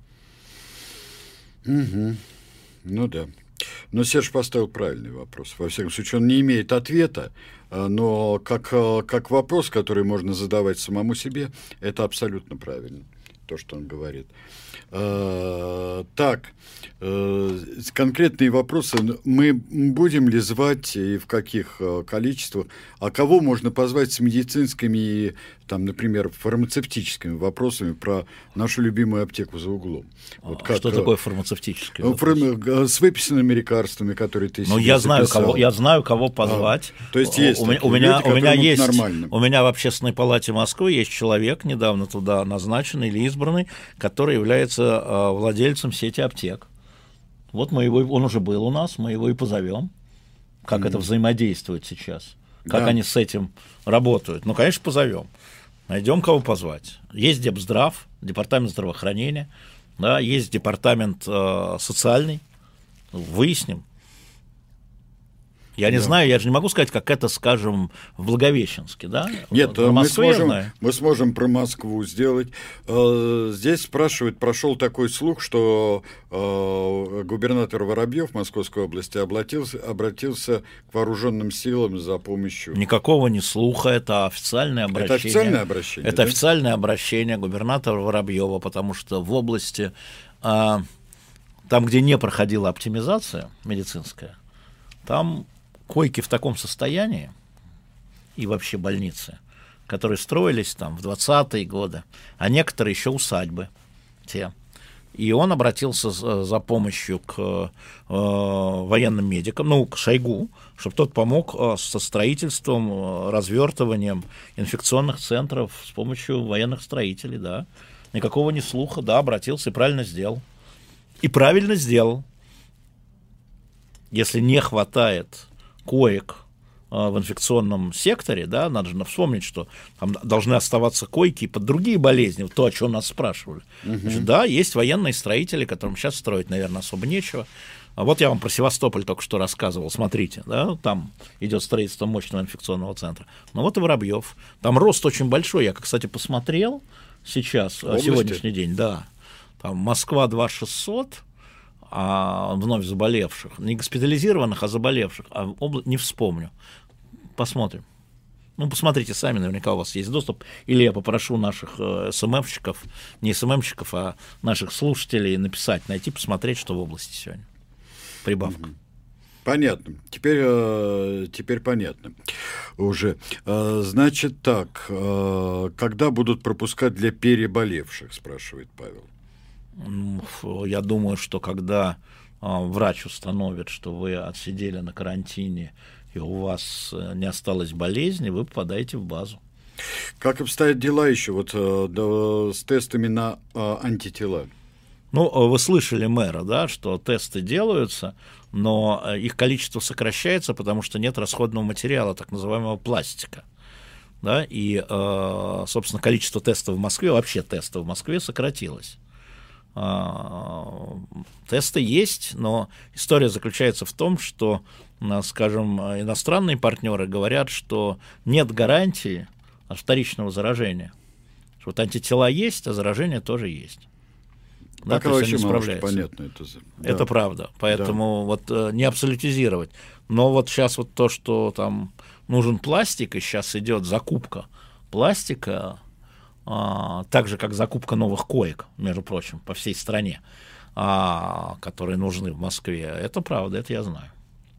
Угу. Ну да. Но Серж поставил правильный вопрос. Во всяком случае, он не имеет ответа, но как, как вопрос, который можно задавать самому себе, это абсолютно правильно, то, что он говорит. А, так, конкретные вопросы. Мы будем ли звать и в каких количествах? А кого можно позвать с медицинскими, там, например, фармацевтическими вопросами про нашу любимую аптеку за углом? Вот как, что такое фармацевтический вопрос? С выписанными лекарствами, которые ты ну, себе я знаю, записал. кого, я знаю, кого позвать. А, то есть есть у, такие у меня, люди, у меня есть, нормальным. У меня в Общественной палате Москвы есть человек, недавно туда назначенный или избранный, который является э, владельцем сети аптек. Вот мы его, он уже был у нас, мы его и позовем. Как mm-hmm. это взаимодействует сейчас. как да. они с этим работают. Ну, конечно, позовем. Найдем, кого позвать. Есть Депздрав, департамент здравоохранения, да, есть департамент э, социальный. Выясним. Я не да. знаю, я же не могу сказать, как это, скажем, в Благовещенске, да? Нет, про мы Москву я сможем, знаю. мы сможем про Москву сделать. Здесь спрашивают, прошел такой слух, что губернатор Воробьев Московской области обратился, обратился к вооруженным силам за помощью. Никакого не слуха, это официальное обращение. Это официальное обращение? Это да? официальное обращение губернатора Воробьева, потому что в области, а, там, где не проходила оптимизация медицинская, там койки в таком состоянии, и вообще больницы, которые строились там в двадцатые годы, а некоторые еще усадьбы те. И он обратился за, за помощью к э, военным медикам, ну, к Шойгу, чтобы тот помог э, со строительством, э, развертыванием инфекционных центров с помощью военных строителей, да. Никакого не слуха, да, обратился и правильно сделал. И правильно сделал. Если не хватает коек э, в инфекционном секторе, да, надо же вспомнить, что там должны оставаться койки и под другие болезни, вот то, о чем нас спрашивали. Uh-huh. Значит, да, есть военные строители, которым сейчас строить, наверное, особо нечего. А вот я вам про Севастополь только что рассказывал, смотрите, да, там идет строительство мощного инфекционного центра. Ну вот и Воробьев. Там рост очень большой, я, кстати, посмотрел сейчас, области? Сегодняшний день, да. Там Москва два тысячи шестьсот, а вновь заболевших, не госпитализированных, а заболевших, а обла... не вспомню. Посмотрим. Ну, посмотрите сами, наверняка у вас есть доступ. Или я попрошу наших э, СММщиков, не СММщиков, а наших слушателей написать, найти, посмотреть, что в области сегодня. Прибавка. Понятно. Теперь, э, теперь понятно уже. Э, значит так, э, когда будут пропуска для переболевших, спрашивает Павел. Я думаю, что когда а, врач установит, что вы отсидели на карантине и у вас не осталось болезни, вы попадаете в базу. Как обстоят дела еще вот, э, да, с тестами на э, антитела? Ну, вы слышали мэра, да, что тесты делаются, но их количество сокращается, потому что нет расходного материала, так называемого пластика. Да, и, э, собственно, количество тестов в Москве, вообще тестов в Москве сократилось. Тесты есть, но история заключается в том, что, скажем, иностранные партнеры говорят, что нет гарантии от вторичного заражения. Вот антитела есть, а заражение тоже есть. Да, пока вообще мало что справляются. Понятно. Это, это да. правда. Поэтому да. вот не абсолютизировать. Но вот сейчас вот то, что там нужен пластик, и сейчас идет закупка пластика, а, так же, как закупка новых коек, между прочим, по всей стране, а, которые нужны в Москве. Это правда, это я знаю.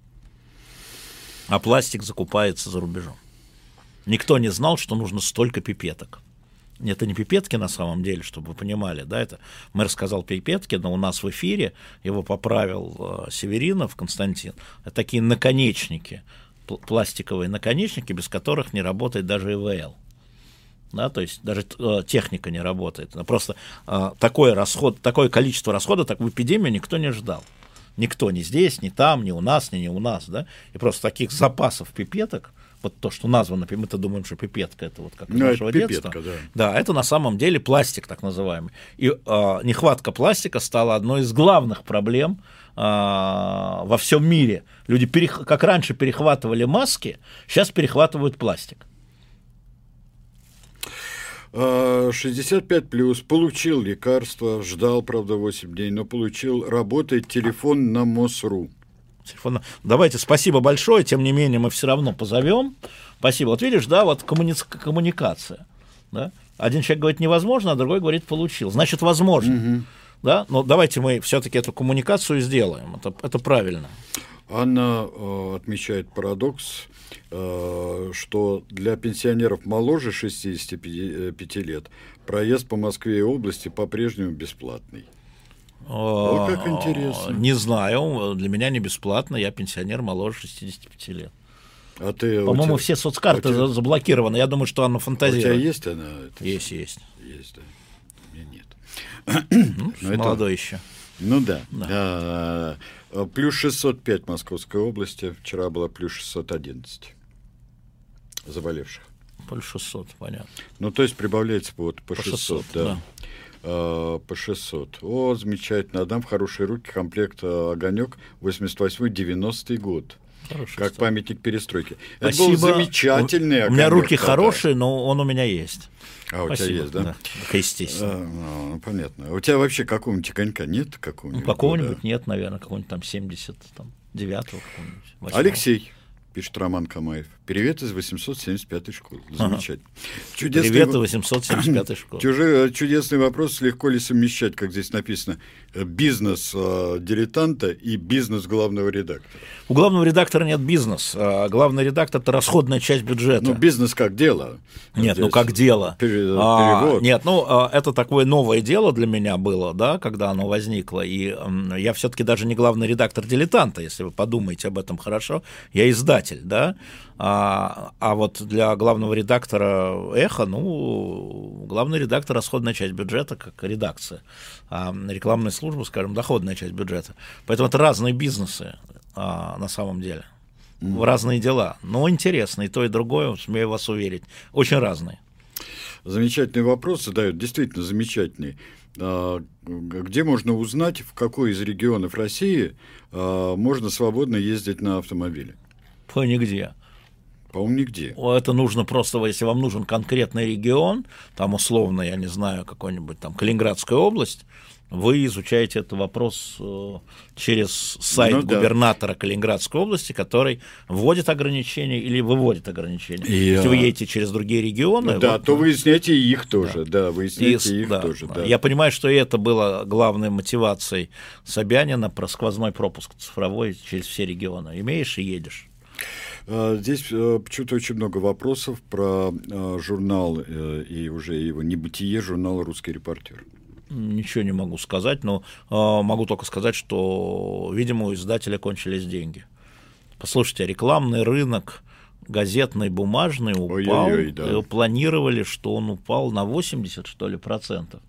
А пластик закупается за рубежом. Никто не знал, что нужно столько пипеток. Это не пипетки на самом деле, чтобы вы понимали, да, это мэр сказал пипетки, но у нас в эфире его поправил э, Северинов Константин. Это такие наконечники, пл- пластиковые наконечники, без которых не работает даже ИВЛ. Да, то есть даже э, техника не работает. Просто э, такой расход, такое количество расхода, такую эпидемию никто не ждал. Никто, ни здесь, ни там, ни у нас, ни не у нас. Да? И просто таких запасов пипеток, вот то, что названо, мы-то думаем, что пипетка, это вот как из ну, нашего детства. Да. да, это на самом деле пластик так называемый. И э, нехватка пластика стала одной из главных проблем э, во всем мире. Люди, перех... как раньше перехватывали маски, сейчас перехватывают пластик. шестьдесят пять плюс, получил лекарство, ждал, правда, восемь дней, но получил, работает телефон на МОСРУ. Телефон... Давайте, спасибо большое, тем не менее мы все равно позовем. Спасибо. Вот видишь, да, вот коммуни... коммуникация. Да? Один человек говорит невозможно, а другой говорит получил. Значит, возможно. Угу. Да? Но давайте мы все-таки эту коммуникацию сделаем. Это, это правильно. Анна э, отмечает парадокс, э, что для пенсионеров моложе шестидесяти пяти лет проезд по Москве и области по-прежнему бесплатный. О, как интересно. Не знаю, для меня не бесплатно, я пенсионер моложе шестидесяти пяти лет. А ты, По-моему, тебя, все соцкарты тебя... заблокированы, я думаю, что Анна фантазирует. У тебя есть она? Это... Есть, есть. Есть, да. У меня нет. Ну, молодой это... еще. Ну да. да. А, плюс шестьсот пять в Московской области, вчера было плюс шестьсот одиннадцать. заболевших? Больше шестьсот, понятно. Ну, то есть прибавляется вот по, по шестьсот, шестьсот, да. да. А, по шестьсот. О, замечательно. Отдам в хорошие руки комплект «Огонек» восемьдесят восьмой девяностый год. Хороший Как старт. памятник перестройки. Спасибо. Это был замечательный У, у меня руки тогда. хорошие, но он у меня есть. А у Спасибо. тебя есть, да? Да, естественно. А, ну, понятно. А у тебя вообще какого-нибудь конька нет? Какого-нибудь, Ну, какого-нибудь года? нет, наверное, какого-нибудь там семьдесят девятого. восьмого. Алексей, пишет Роман Камаев. Привет из восемьсот семьдесят пятой школы. Замечательно. Ага. Чудесный... Привет из восемьсот семьдесят пятой школы. Чужой, чудесный вопрос. Легко ли совмещать, как здесь написано, бизнес э, дилетанта и бизнес главного редактора? У главного редактора нет бизнеса. Главный редактор — это расходная часть бюджета. Ну, бизнес как дело. Нет, Здесь ну как дело. Пере- А, перевод. нет, ну а, это такое новое дело для меня было, да, когда оно возникло. И м, я все-таки даже не главный редактор «Дилетанта», если вы подумаете об этом хорошо. Я издатель, да. А, а вот для главного редактора «Эхо», ну, главный редактор — расходная часть бюджета, как редакция. А рекламная служба, скажем, доходная часть бюджета. Поэтому это разные бизнесы а, на самом деле. В разные дела. Но интересно, и то, и другое, смею вас уверить. Очень разные. Замечательный вопрос задают, действительно замечательный. А, где можно узнать, в какой из регионов России а, можно свободно ездить на автомобиле? По нигде. По-моему, нигде. Это нужно просто, если вам нужен конкретный регион, там условно, я не знаю, какой-нибудь там Калининградская область, вы изучаете этот вопрос э, через сайт Ну, да. губернатора Калининградской области, который вводит ограничения или выводит ограничения. И, Если вы а, едете через другие регионы... Ну, да, вот, то выясняйте их тоже. Да, и, выясняйте их да, тоже. да. Да. Я понимаю, что и это было главной мотивацией Собянина про сквозной пропуск цифровой через все регионы. Имеешь и едешь. Здесь почему-то очень много вопросов про журнал и уже его небытие журнала «Русский репортер». Ничего не могу сказать, но э, могу только сказать, что, видимо, у издателя кончились деньги. Послушайте, рекламный рынок газетный, бумажный упал, Ой-ой-ой, да. и планировали, что он упал на восемьдесят, что ли, процентов.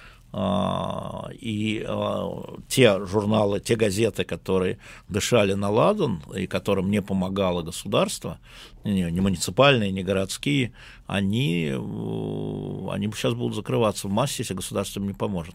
А, и а, те журналы, те газеты, которые дышали на ладан и которым не помогало государство, не, не муниципальные, не городские, они, они сейчас будут закрываться в массе, если государство им не поможет.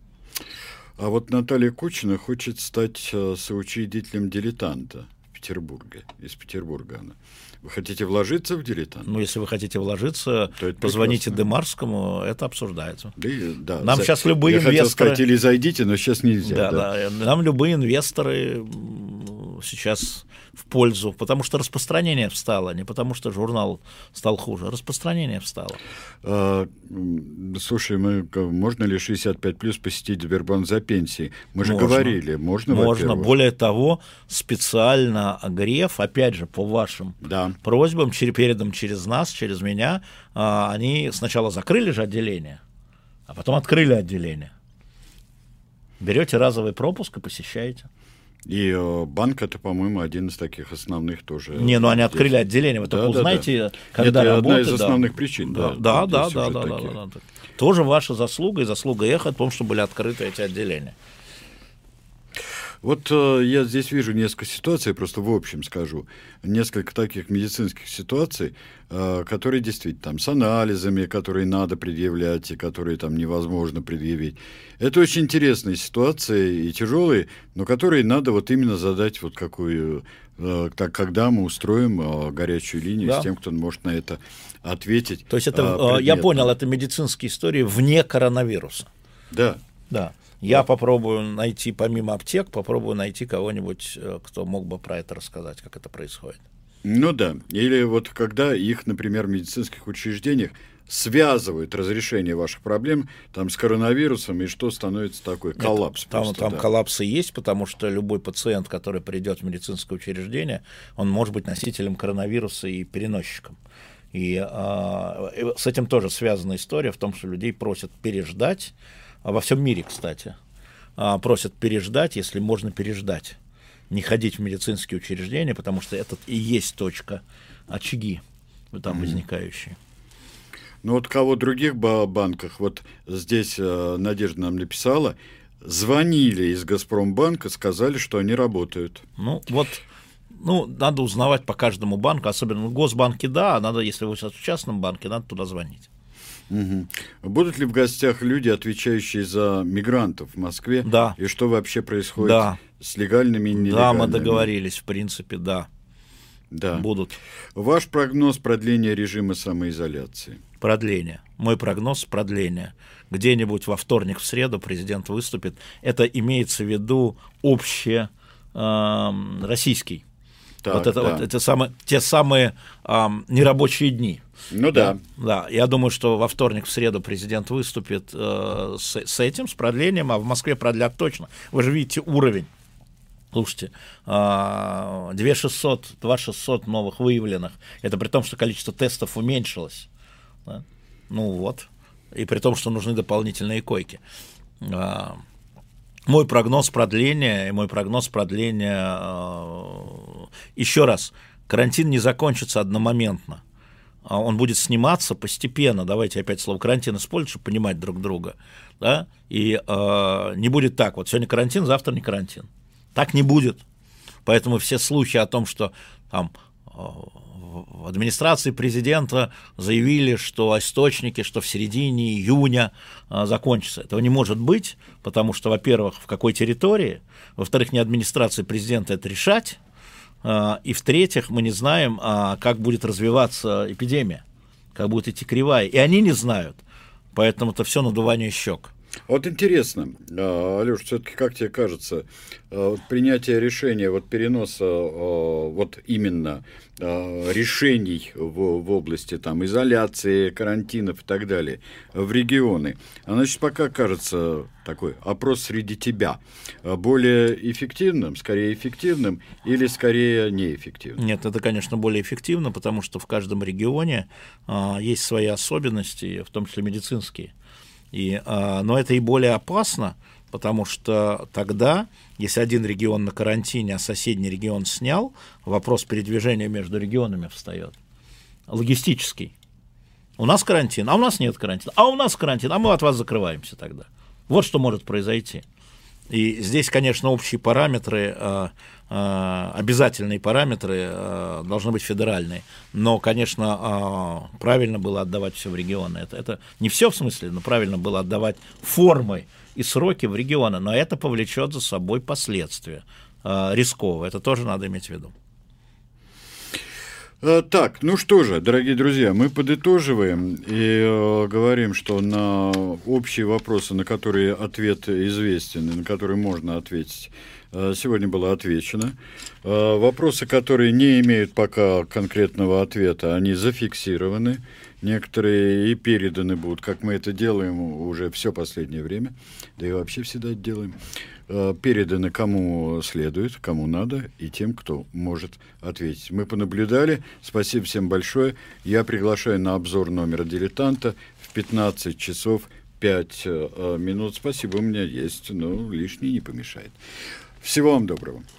А вот Наталья Кучина хочет стать соучредителем «Дилетанта» в Петербурге, из Петербурга она. Вы хотите вложиться в «Дилетант»? Ну, если вы хотите вложиться, то это позвоните прекрасно. Демарскому, это обсуждается. Да, да, Нам за... сейчас любые Я инвесторы... хотел сказать, или зайдите, но сейчас нельзя. Да, да. да. Нам любые инвесторы сейчас в пользу, потому что распространение встало, не потому что журнал стал хуже, распространение встало. А, слушай, мы, можно ли шестьдесят пять плюс посетить Сбербанк за пенсией? Мы же Можно. говорили, можно, Можно. во-первых. Более того, специально Греф, опять же, по вашим Да. просьбам, через, передам через нас, через меня, а, они сначала закрыли же отделение, а потом открыли отделение. Берете разовый пропуск и посещаете. И э, банк это, по-моему, один из таких основных тоже. Не, ну они здесь. открыли отделение, вы Да, только да, узнаете, да. когда Это работает. одна из да. основных причин. Да, Да, да, да, здесь да, уже да, да, такие. да, да. Тоже ваша заслуга и заслуга «Эхо» о том, что были открыты эти отделения. Вот э, я здесь вижу несколько ситуаций, просто в общем скажу, несколько таких медицинских ситуаций, э, которые действительно там с анализами, которые надо предъявлять и которые там невозможно предъявить. Это очень интересные ситуации и тяжелые, но которые надо вот именно задать вот какую, э, так, когда мы устроим э, горячую линию Да. с тем, кто может на это ответить. То есть это, э, э, я предметно. понял, это медицинские истории вне коронавируса. Да. Да. Я попробую найти, помимо аптек, попробую найти кого-нибудь, э, кто мог бы про это рассказать, как это происходит. Ну да. Или вот когда их, например, в медицинских учреждениях связывают разрешение ваших проблем там, с коронавирусом, и что становится такой коллапс. Там, просто, там да. коллапсы есть, потому что любой пациент, который придет в медицинское учреждение, он может быть носителем коронавируса и переносчиком. И, а, и с этим тоже связана история в том, что людей просят переждать, а во всем мире, кстати, а, просят переждать, если можно переждать, не ходить в медицинские учреждения, потому что это и есть точка, очаги там mm-hmm. возникающие. Ну вот кого в других банках, вот здесь э, Надежда нам написала, звонили из Газпромбанка, сказали, что они работают. Ну вот Ну, надо узнавать по каждому банку, особенно в Госбанке, да, надо, если вы сейчас в частном банке, надо туда звонить. Угу. Будут ли в гостях люди, отвечающие за мигрантов в Москве? Да. И что вообще происходит да. с легальными и нелегальными? Да, мы договорились, в принципе, да. Да. Будут. Ваш прогноз продления режима самоизоляции? Продление. Мой прогноз — продление. Где-нибудь во вторник, в среду президент выступит. Это имеется в виду общее э, российский. Так, вот это да. вот это самые, те самые э, нерабочие дни. Ну да. да. Да, я думаю, что во вторник, в среду президент выступит э, с, с этим, с продлением, а в Москве продлят точно. Вы же видите уровень. Слушайте, две тысячи шестьсот, два тысячи шестьсот новых выявленных, это при том, что количество тестов уменьшилось. Да? Ну вот, и при том, что нужны дополнительные койки. Мой прогноз продления, и мой прогноз продления, еще раз, карантин не закончится одномоментно. Он будет сниматься постепенно, давайте опять слово карантин используем, чтобы понимать друг друга, да? И э, не будет так, вот сегодня карантин, завтра не карантин. Так не будет. Поэтому все слухи о том, что там в администрации президента заявили, что источники, что в середине июня закончится. Этого не может быть, потому что, во-первых, в какой территории, во-вторых, не администрации президента это решать, и, в-третьих, мы не знаем, как будет развиваться эпидемия, как будет идти кривая. И они не знают. Поэтому это все надувание щек. Вот интересно, Алёш, все-таки как тебе кажется, принятие решения, вот переноса вот именно решений в, в области там, изоляции, карантинов и так далее в регионы, оно сейчас пока кажется такой опрос среди тебя более эффективным, скорее эффективным или скорее неэффективным? Нет, это, конечно, более эффективно, потому что в каждом регионе а, есть свои особенности, в том числе медицинские. И, а, но это и более опасно, потому что тогда, если один регион на карантине, а соседний регион снял, вопрос передвижения между регионами встает. Логистический. У нас карантин, а у нас нет карантина. А у нас карантин, а мы от вас закрываемся тогда. Вот что может произойти. И здесь, конечно, общие параметры, э, э, обязательные параметры э, должны быть федеральные. Но, конечно, э, правильно было отдавать все в регионы. Это, это не все в смысле, но правильно было отдавать формы и сроки в регионы. Но это повлечет за собой последствия э, рисковые. Это тоже надо иметь в виду. Так, ну что же, дорогие друзья, мы подытоживаем и э, говорим, что на общие вопросы, на которые ответ известен, и на которые можно ответить, э, сегодня было отвечено. Э, вопросы, которые не имеют пока конкретного ответа, они зафиксированы. Некоторые и переданы будут, как мы это делаем уже все последнее время, да и вообще всегда это делаем. Переданы кому следует, кому надо, и тем, кто может ответить. Мы понаблюдали. Спасибо всем большое. Я приглашаю на обзор номера «Дилетанта» в пятнадцать часов пять минут. Спасибо, у меня есть, но лишний не помешает. Всего вам доброго.